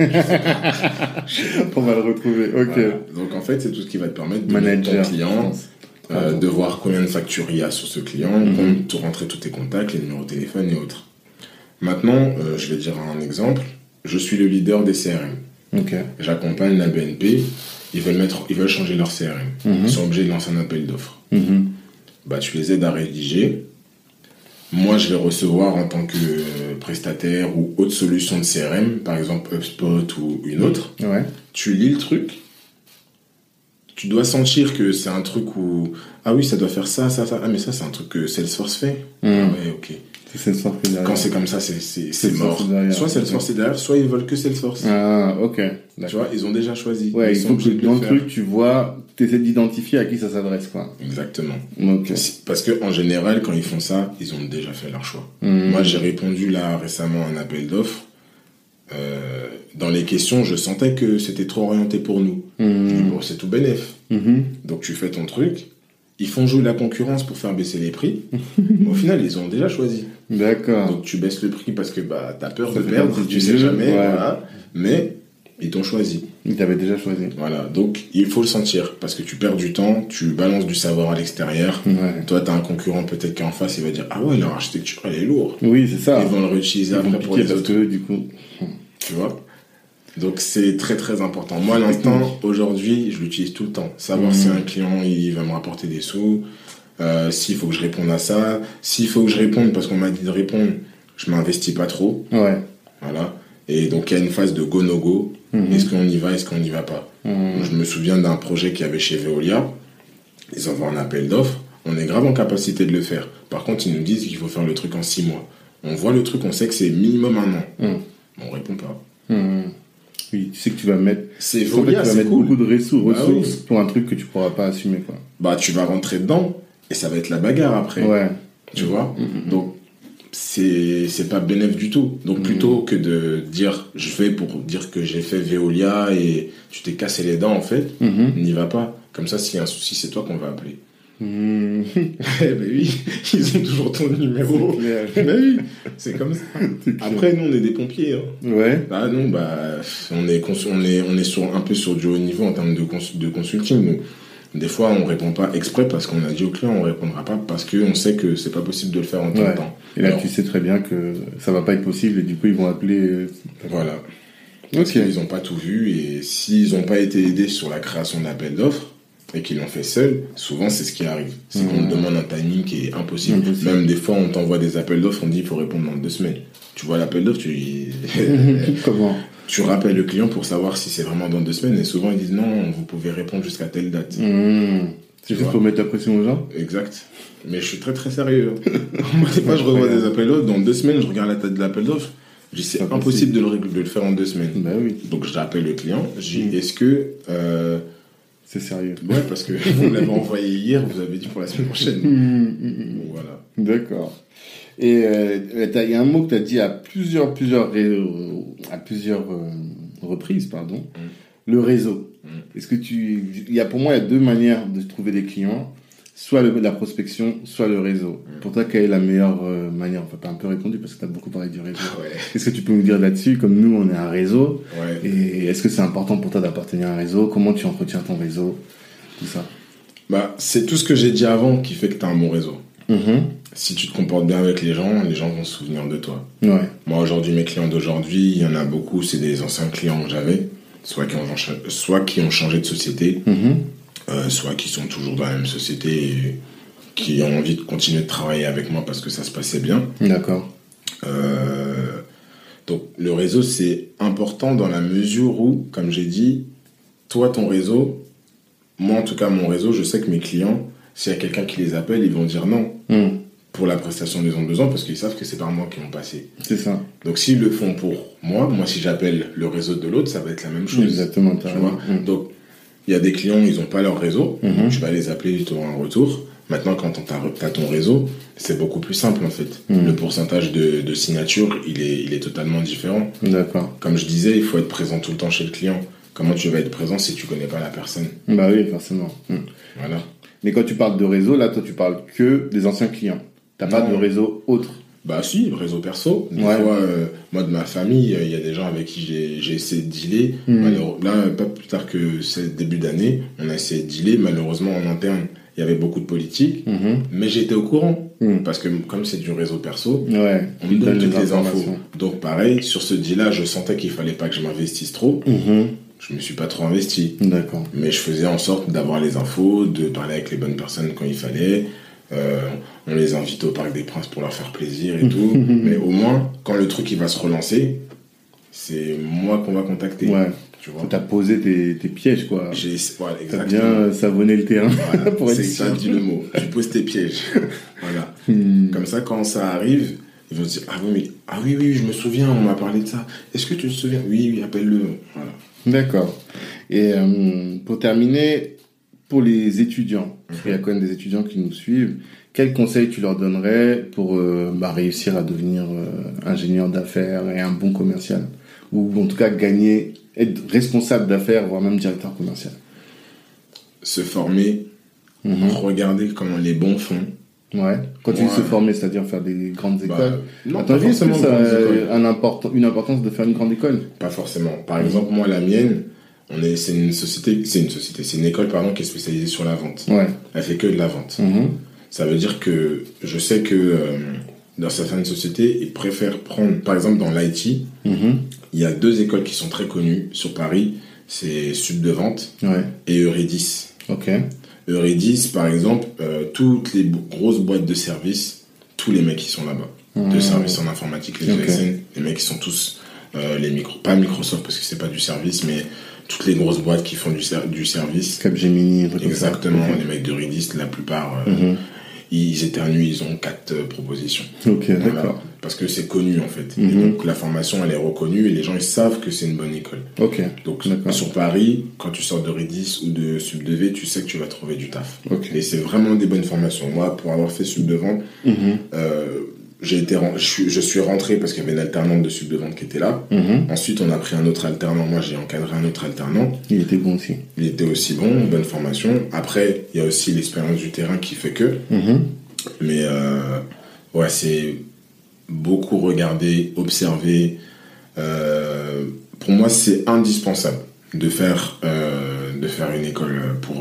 Speaker 1: être... On va le retrouver, ok.
Speaker 2: Voilà. Donc en fait, c'est tout ce qui va te permettre de manager ton client, de voir combien de factures il y a sur ce client, de rentrer tous tes contacts, les numéros de téléphone et autres. Maintenant, je vais dire un exemple. Je suis le leader des CRM.
Speaker 1: Ok.
Speaker 2: J'accompagne la BNP. Ils veulent changer leur CRM. Ils sont obligés de lancer un appel d'offres. Tu les aides à rédiger. Moi, je vais recevoir en tant que prestataire ou autre solution de CRM, par exemple HubSpot ou une autre.
Speaker 1: Ouais.
Speaker 2: Tu lis le truc. Tu dois sentir que c'est un truc où... Ah oui, ça doit faire ça. Ah, mais ça, c'est un truc que Salesforce fait. Ouais, ok.
Speaker 1: C'est Salesforce qui est derrière.
Speaker 2: Quand c'est comme ça, c'est mort. Soit Salesforce est derrière, soit ils veulent que Salesforce.
Speaker 1: Ah, ok.
Speaker 2: Tu vois, ils ont déjà choisi.
Speaker 1: Ouais, il faut que dans le truc, tu vois, tu essaies d'identifier à qui ça s'adresse, quoi.
Speaker 2: Exactement.
Speaker 1: Okay.
Speaker 2: Parce qu'en général, quand ils font ça, ils ont déjà fait leur choix. Moi, j'ai répondu là récemment à un appel d'offres. Dans les questions, je sentais que c'était trop orienté pour nous. Je dis, bon, c'est tout bénef. Donc, tu fais ton truc. Ils font jouer la concurrence pour faire baisser les prix. Au final, ils ont déjà choisi.
Speaker 1: D'accord.
Speaker 2: Donc, tu baisses le prix parce que t'as peur de perdre, tu sais jamais. Ouais. Voilà. Mais ils t'ont choisi.
Speaker 1: Il t'avait déjà choisi.
Speaker 2: Voilà, donc il faut le sentir, parce que tu perds du temps, tu balances du savoir à l'extérieur.
Speaker 1: Ouais.
Speaker 2: Toi, t'as un concurrent peut-être qui est en face, il va dire « Ah ouais, leur architecture, elle est lourde. »
Speaker 1: Oui, c'est ça.
Speaker 2: Ils vont le réutiliser après pour les autres.
Speaker 1: Que, du coup...
Speaker 2: Tu vois? Donc c'est très très important. Moi, l'instant, aujourd'hui, je l'utilise tout le temps. Savoir si un client, il va me rapporter des sous, s'il faut que je réponde à ça, s'il faut que je réponde parce qu'on m'a dit de répondre, je m'investis pas trop.
Speaker 1: Ouais.
Speaker 2: Voilà. Et donc il y a une phase de go no go. Est-ce qu'on y va, est-ce qu'on n'y va pas? Je me souviens d'un projet qu'il y avait chez Veolia. Ils envoient un appel d'offres. On est grave en capacité de le faire. Par contre, ils nous disent qu'il faut faire le truc en 6 mois. On voit le truc, on sait que c'est minimum 1 an. On répond pas.
Speaker 1: Oui, tu sais que tu vas mettre,
Speaker 2: c'est Veolia,
Speaker 1: tu vas mettre
Speaker 2: cool.
Speaker 1: beaucoup de ressources
Speaker 2: Oui.
Speaker 1: pour un truc que tu pourras pas assumer, quoi.
Speaker 2: Bah, tu vas rentrer dedans et ça va être la bagarre après.
Speaker 1: Ouais.
Speaker 2: Tu vois? Donc, c'est pas bénéf du tout. Donc, plutôt que de dire, je fais pour dire que j'ai fait Veolia et tu t'es cassé les dents, en fait, n'y va pas. Comme ça, s'il y a un souci, c'est toi qu'on va appeler. Eh ben oui, ils ont toujours ton numéro. Ben oui, c'est comme ça. Après, nous, on est des pompiers. Hein.
Speaker 1: Ouais.
Speaker 2: Ah non, bah, on est un peu sur du haut niveau en termes de consulting. Donc, des fois, on répond pas exprès parce qu'on a dit au client, on répondra pas parce qu'on sait que c'est pas possible de le faire en tout temps.
Speaker 1: Et là, alors, tu sais très bien que ça va pas être possible et du coup, ils vont appeler.
Speaker 2: Voilà. Parce qu'ils ont pas tout vu et s'ils ont pas été aidés sur la création d'appels d'offres, et qu'ils l'ont fait seul, souvent c'est ce qui arrive. C'est qu'on te demande un timing qui est impossible. Même des fois, on t'envoie des appels d'offres, on dit il faut répondre dans 2 semaines. Tu vois l'appel d'offres,
Speaker 1: Comment?
Speaker 2: Tu rappelles le client pour savoir si c'est vraiment dans 2 semaines, et souvent ils disent non, vous pouvez répondre jusqu'à telle date.
Speaker 1: C'est juste pour mettre la pression aux gens?
Speaker 2: Exact. Mais je suis très très sérieux. Moi, des fois, je revois des appels d'offres, dans 2 semaines, je regarde la date de l'appel d'offres, je dis c'est impossible de le faire en 2 semaines.
Speaker 1: Bah oui.
Speaker 2: Donc j'appelle le client, je dis est-ce que...
Speaker 1: c'est sérieux.
Speaker 2: Ouais, parce que vous l'avez envoyé hier, vous avez dit pour la semaine prochaine. Donc, voilà.
Speaker 1: D'accord. Et il y a un mot que tu as dit à plusieurs reprises, pardon. Le réseau. Est-ce que pour moi, il y a 2 manières de trouver des clients. Soit la prospection, soit le réseau. Pour toi, quelle est la meilleure manière? Enfin, t'as un peu répondu parce que t'as beaucoup parlé du réseau.
Speaker 2: Ouais.
Speaker 1: Qu'est-ce que tu peux nous dire là-dessus? Comme nous, on est un réseau.
Speaker 2: Ouais.
Speaker 1: Et est-ce que c'est important pour toi d'appartenir à un réseau? Comment tu entretiens ton réseau? Tout ça.
Speaker 2: Bah, c'est tout ce que j'ai dit avant qui fait que t'as un bon réseau. Si tu te comportes bien avec les gens vont se souvenir de toi.
Speaker 1: Ouais.
Speaker 2: Moi, aujourd'hui, mes clients d'aujourd'hui, il y en a beaucoup, c'est des anciens clients que j'avais, soit qui ont changé de société, soit qui sont toujours dans la même société et qui ont envie de continuer de travailler avec moi parce que ça se passait bien.
Speaker 1: D'accord.
Speaker 2: Donc, le réseau, c'est important dans la mesure où, comme j'ai dit, toi, ton réseau, moi, en tout cas, mon réseau, je sais que mes clients, s'il y a quelqu'un qui les appelle, ils vont dire non pour la prestation dont ils ont besoin parce qu'ils savent que c'est par moi qu'ils vont passer.
Speaker 1: C'est ça.
Speaker 2: Donc, s'ils le font pour moi, si j'appelle le réseau de l'autre, ça va être la même chose.
Speaker 1: Exactement.
Speaker 2: Tu vois. Donc, il y a des clients, ils n'ont pas leur réseau. Tu vas les appeler, ils t'auront un retour. Maintenant, quand tu as ton réseau, c'est beaucoup plus simple en fait. Le pourcentage de signature, il est totalement différent.
Speaker 1: D'accord.
Speaker 2: Comme je disais, il faut être présent tout le temps chez le client. Comment tu vas être présent si tu connais pas la personne?
Speaker 1: Bah oui, forcément.
Speaker 2: Voilà.
Speaker 1: Mais quand tu parles de réseau, là, toi, tu parles que des anciens clients. T'as pas de réseau autre?
Speaker 2: Bah si, réseau perso. Des fois, moi de ma famille, il y a des gens avec qui j'ai essayé de dealer. Là, pas plus tard que ce début d'année, on a essayé de dealer. Malheureusement, en interne, il y avait beaucoup de politique. Mais j'étais au courant. Parce que comme c'est du réseau perso, on me donne toutes les infos. Donc pareil, sur ce deal-là, je sentais qu'il fallait pas que je m'investisse trop. Je me suis pas trop investi.
Speaker 1: D'accord.
Speaker 2: Mais je faisais en sorte d'avoir les infos, de parler avec les bonnes personnes quand il fallait. On les invite au Parc des Princes pour leur faire plaisir et tout. Mais au moins, quand le truc il va se relancer, c'est moi qu'on va contacter. Ouais. Tu vois.
Speaker 1: T'as posé tes pièges, quoi.
Speaker 2: Voilà, exactement.
Speaker 1: T'as bien savonné le terrain.
Speaker 2: Voilà,
Speaker 1: pour être
Speaker 2: ça dit le mot. Tu poses tes pièges. Voilà. Comme ça, quand ça arrive, ils vont se dire ah oui, je me souviens, on m'a parlé de ça. Est-ce que tu te souviens? Oui, appelle-le. Voilà.
Speaker 1: D'accord. Et pour terminer, pour les étudiants, il y a quand même des étudiants qui nous suivent, quels conseils tu leur donnerais pour réussir à devenir ingénieur d'affaires et un bon commercial? Ou en tout cas être responsable d'affaires, voire même directeur commercial?
Speaker 2: Se former, regarder comment les bons font.
Speaker 1: Ouais. Quand tu dis se former, c'est-à-dire faire des grandes écoles.
Speaker 2: Non,
Speaker 1: pas forcément. Ça a une importance de faire une grande école?
Speaker 2: Pas forcément. Par exemple, moi, la mienne, c'est une école qui est spécialisée sur la vente.
Speaker 1: Ouais.
Speaker 2: Elle fait que de la vente. Ça veut dire que je sais que dans certaines sociétés, ils préfèrent prendre, par exemple dans l'IT, il y a 2 écoles qui sont très connues sur Paris, c'est Sud de Vente et Eurydice.
Speaker 1: Ok.
Speaker 2: Eurydice, par exemple, toutes les grosses boîtes de services, tous les mecs qui sont là-bas, de services en informatique, les ESN, les mecs qui sont tous pas Microsoft parce que c'est pas du service, mais toutes les grosses boîtes qui font du service.
Speaker 1: Capgemini,
Speaker 2: exactement. Les mecs d'Eurydice, la plupart, ils éternuent, ils ont 4 propositions.
Speaker 1: Ok, voilà. D'accord.
Speaker 2: Parce que c'est connu en fait. Et donc la formation elle est reconnue et les gens ils savent que c'est une bonne école.
Speaker 1: Ok.
Speaker 2: Donc sur Paris, quand tu sors d'Eurydice ou de Sub de V, tu sais que tu vas trouver du taf.
Speaker 1: Okay.
Speaker 2: Et c'est vraiment des bonnes formations. Moi, pour avoir fait Sub de Vente, je suis rentré parce qu'il y avait une alternante de Sub de Vente qui était là. Ensuite, on a pris un autre alternant. Moi, j'ai encadré un autre alternant.
Speaker 1: Il était bon aussi.
Speaker 2: Il était aussi bon, bonne formation. Après, il y a aussi l'expérience du terrain qui fait que. Mais ouais, c'est beaucoup regarder, observer. Pour moi, c'est indispensable de faire une école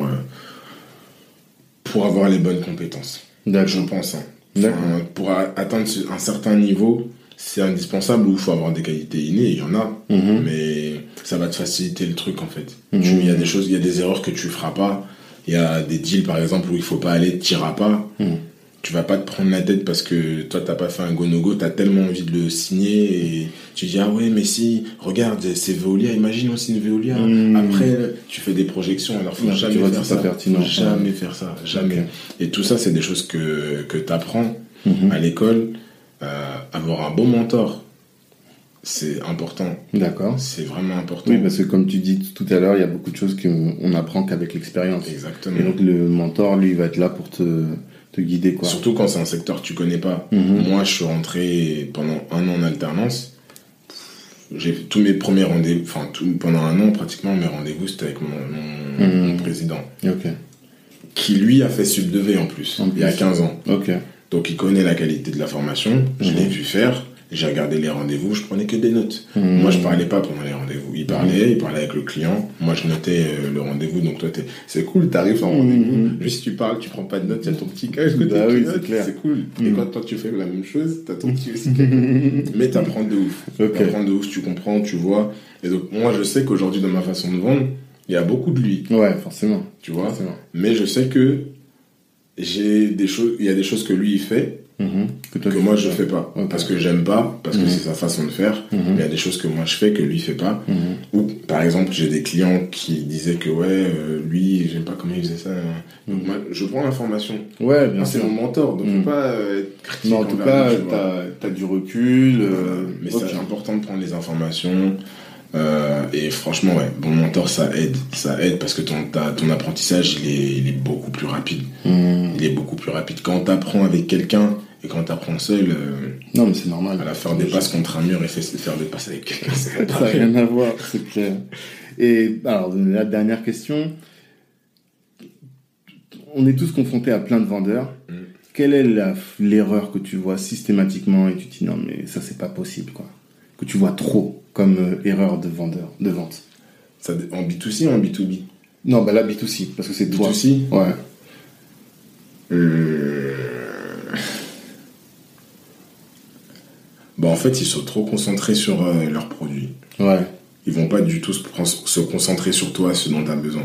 Speaker 2: pour avoir les bonnes compétences.
Speaker 1: D'accord.
Speaker 2: Je pense. Enfin, pour atteindre un certain niveau, c'est indispensable où il faut avoir des qualités innées. Il y en a, mais ça va te faciliter le truc en fait. Il y a des choses, il y a des erreurs que tu feras pas. Il y a des deals par exemple où il faut pas aller, tu n'iras pas. Tu vas pas te prendre la tête parce que toi t'as pas fait un go-no-go, t'as tellement envie de le signer et tu dis ah ouais mais si, regarde c'est Veolia, imagine aussi une Veolia. Après tu fais des projections, alors faut jamais faire ça. Faut jamais faire ça, jamais. Okay. Et tout ça c'est des choses que t'apprends à l'école. Avoir un bon mentor, c'est important.
Speaker 1: D'accord.
Speaker 2: C'est vraiment important.
Speaker 1: Oui, parce que comme tu dis tout à l'heure, il y a beaucoup de choses qu'on apprend qu'avec l'expérience.
Speaker 2: Exactement.
Speaker 1: Et donc le mentor, lui, il va être là pour te guider, quoi.
Speaker 2: Surtout quand c'est un secteur que tu connais pas. Moi, je suis rentré pendant 1 an en alternance. J'ai tous mes premiers rendez-vous, pendant 1 an, pratiquement, mes rendez-vous, c'était avec mon président.
Speaker 1: Ok.
Speaker 2: Qui, lui, a fait Sub de V en plus, il y a 15 ans.
Speaker 1: Ok.
Speaker 2: Donc, il connaît la qualité de la formation. Je l'ai vu faire. J'ai regardé les rendez-vous, je prenais que des notes. Moi, je parlais pas pendant les rendez-vous. Il parlait avec le client. Moi, je notais le rendez-vous. Donc, toi, c'est cool, t'arrives en rendez-vous. Juste, si tu parles, tu prends pas de notes, il y a ton petit cache côté c'est cool. Et quand toi, tu fais la même chose, t'as ton petit aussi. Mais t'apprends de ouf. T'apprends de ouf, tu comprends, tu vois. Et donc, moi, je sais qu'aujourd'hui, dans ma façon de vendre, il y a beaucoup de lui.
Speaker 1: Ouais, forcément.
Speaker 2: Tu vois. Forcément. Mais je sais que il y a des choses que lui, il fait. Que moi je fais pas parce que j'aime pas, parce que c'est sa façon de faire. Mais il y a des choses que moi je fais que lui fait pas. Ou par exemple j'ai des clients qui disaient que lui j'aime pas comment il faisait ça. Donc moi je prends l'information.
Speaker 1: Ouais, bien sûr.
Speaker 2: C'est mon mentor, donc je peux pas être critique.
Speaker 1: Non, en tout cas t'as du recul.
Speaker 2: Mais c'est important de prendre les informations. Et franchement bon mentor ça aide parce que ton apprentissage il est beaucoup plus rapide. Il est beaucoup plus rapide quand t'apprends avec quelqu'un. Et quand t'apprends seul,
Speaker 1: non mais c'est normal.
Speaker 2: Faire des passes contre un mur et faire des passes avec quelqu'un,
Speaker 1: ça n'a rien à voir, c'est clair. Et alors la dernière question, on est tous confrontés à plein de vendeurs. Quelle est l'erreur que tu vois systématiquement et tu te dis non mais ça c'est pas possible quoi, que tu vois trop comme erreur de vente.
Speaker 2: Ça, en B2C ou en B2B?
Speaker 1: Non là B2C parce que c'est toi.
Speaker 2: B2C.
Speaker 1: Ouais.
Speaker 2: En fait, ils sont trop concentrés sur leurs produits.
Speaker 1: Ouais.
Speaker 2: Ils vont pas du tout se concentrer sur toi, ce dont tu as besoin.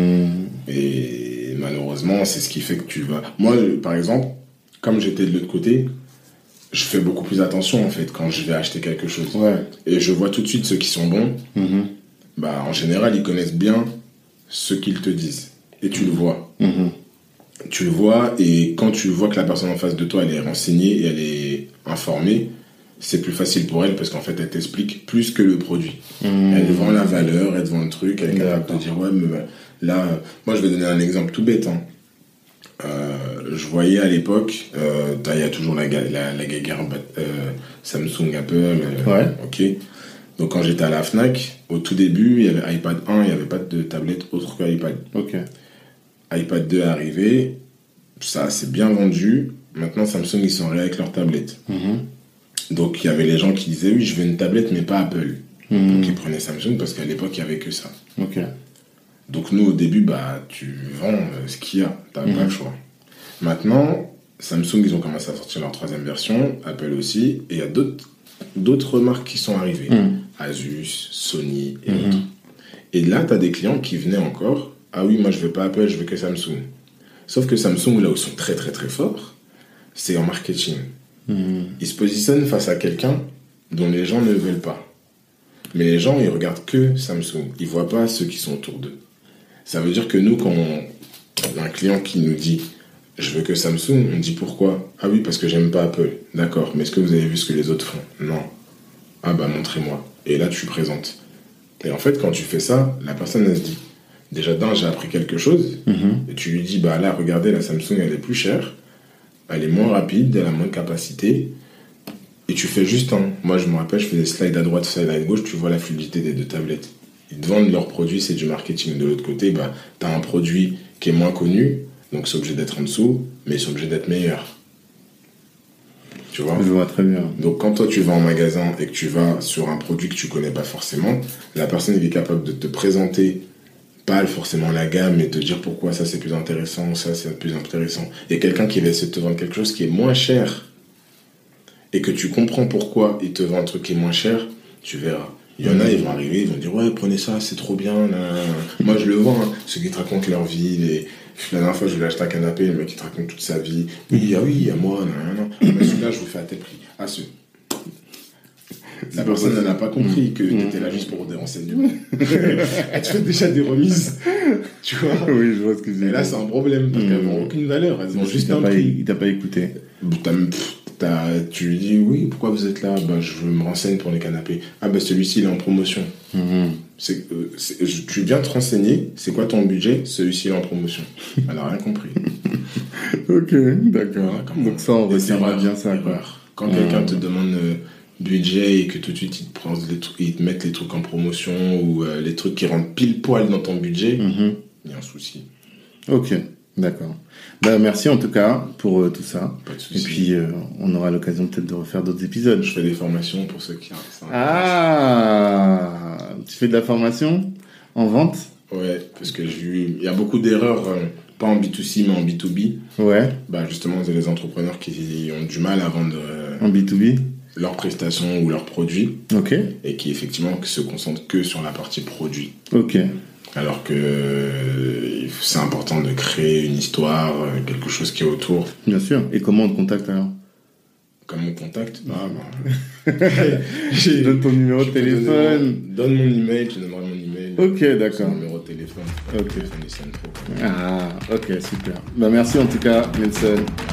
Speaker 2: Et malheureusement, c'est ce qui fait que tu vas... Moi, par exemple, comme j'étais de l'autre côté, je fais beaucoup plus attention, en fait, quand je vais acheter quelque chose.
Speaker 1: Ouais.
Speaker 2: Et je vois tout de suite ceux qui sont bons. En général, ils connaissent bien ce qu'ils te disent. Et tu le vois. Tu le vois, et quand tu vois que la personne en face de toi, elle est renseignée et elle est informée, c'est plus facile pour elle parce qu'en fait elle t'explique plus que le produit. Elle vend la valeur, elle vend le truc, elle est capable de te dire là, moi je vais donner un exemple tout bête. Je voyais à l'époque, il y a toujours la guéguerre Samsung, Apple, ok. Donc quand j'étais à la Fnac, au tout début, il y avait iPad 1, il n'y avait pas de tablette autre que iPad.
Speaker 1: Ok.
Speaker 2: iPad 2 est arrivé, ça s'est bien vendu. Maintenant Samsung ils sont arrivés avec leur tablette. Donc il y avait les gens qui disaient oui je veux une tablette mais pas Apple. Donc ils prenaient Samsung parce qu'à l'époque, il n'y avait que ça.
Speaker 1: Ok.
Speaker 2: Donc nous, au début, tu vends ce qu'il y a. Tu n'as pas le choix. Maintenant, Samsung, ils ont commencé à sortir leur 3e version, Apple aussi, et il y a d'autres marques qui sont arrivées. Asus, Sony et autres. Et là, tu as des clients qui venaient encore. Ah oui, moi, je veux pas Apple, je veux que Samsung. Sauf que Samsung, là où ils sont très, très, très forts, c'est en marketing. Ils se positionnent face à quelqu'un dont les gens ne veulent pas. Mais les gens, ils regardent que Samsung. Ils voient pas ceux qui sont autour d'eux. Ça veut dire que nous, quand on a un client qui nous dit « Je veux que Samsung », on dit « Pourquoi ?»« Ah oui, parce que j'aime pas Apple. » « D'accord, mais est-ce que vous avez vu ce que les autres font ?»« Non. »« Ah bah, montrez-moi. » Et là, tu présentes. Et en fait, quand tu fais ça, la personne, elle se dit « Déjà, j'ai appris quelque chose. Et tu lui dis « Bah là, regardez, la Samsung, elle est plus chère. Elle est moins rapide, elle a moins de capacité. » Et tu fais juste Moi, je me rappelle, je faisais slide à droite, slide à gauche, tu vois la fluidité des 2 tablettes. Ils te vendent leurs produits, c'est du marketing. De l'autre côté, tu as un produit qui est moins connu, donc c'est obligé d'être en dessous, mais c'est obligé d'être meilleur. Tu vois ?
Speaker 1: Je vois très bien.
Speaker 2: Donc quand toi, tu vas en magasin et que tu vas sur un produit que tu connais pas forcément, la personne est capable de te présenter pas forcément la gamme, mais te dire pourquoi ça c'est plus intéressant, ça c'est plus intéressant. Il y a quelqu'un qui va essayer de te vendre quelque chose qui est moins cher et que tu comprends pourquoi il te vend un truc qui est moins cher, tu verras. Il y en a, ils vont arriver, ils vont dire « Ouais, prenez ça, c'est trop bien. » Moi, je le vois, ceux qui te racontent leur vie. La dernière fois, je voulais acheter un canapé, le mec, il te raconte toute sa vie. Oui, à moi, celui-là, je vous fais à tel prix. Ah, ce... La personne n'a pas compris que tu étais là juste pour des renseignements. Elle te fait déjà des remises. Tu vois ?
Speaker 1: Oui, je vois ce que tu dis.
Speaker 2: Et là, c'est un problème, parce qu'elles n'ont aucune valeur. Elles ont juste un prix.
Speaker 1: Il t'a pas écouté.
Speaker 2: Tu lui dis oui, pourquoi vous êtes là? Je me renseigne pour les canapés. Celui-ci il est en promotion. Tu viens te renseigner, c'est quoi ton budget? Celui-ci il est en promotion. Elle n'a rien compris.
Speaker 1: Ok, d'accord. Donc ça, on retiendra bien ça.
Speaker 2: Quand quelqu'un te demande budget et que tout de suite ils te mettent les trucs en promotion ou les trucs qui rentrent pile poil dans ton budget, il y a un souci.
Speaker 1: Ok. D'accord. Merci en tout cas pour tout ça.
Speaker 2: Pas de souci.
Speaker 1: Et puis on aura l'occasion peut-être de refaire d'autres épisodes.
Speaker 2: Je fais des formations pour ceux qui arrivent.
Speaker 1: Tu fais de la formation en vente?
Speaker 2: Ouais, parce que il y a beaucoup d'erreurs, pas en B2C mais en B2B.
Speaker 1: Ouais.
Speaker 2: Justement, c'est les entrepreneurs qui ont du mal à vendre
Speaker 1: en B2B
Speaker 2: leurs prestations ou leurs produits.
Speaker 1: Ok.
Speaker 2: Et qui effectivement se concentrent que sur la partie produit.
Speaker 1: Ok.
Speaker 2: Alors que c'est important de créer une histoire, quelque chose qui est autour.
Speaker 1: Bien sûr. Et comment on te contacte alors?
Speaker 2: Comment on contacte?
Speaker 1: Donne ton numéro de téléphone.
Speaker 2: Donne mon email, tu donneras mon email.
Speaker 1: Ok, d'accord.
Speaker 2: Mon numéro de téléphone.
Speaker 1: Ok. Ok, super. Merci en tout cas, Nelson.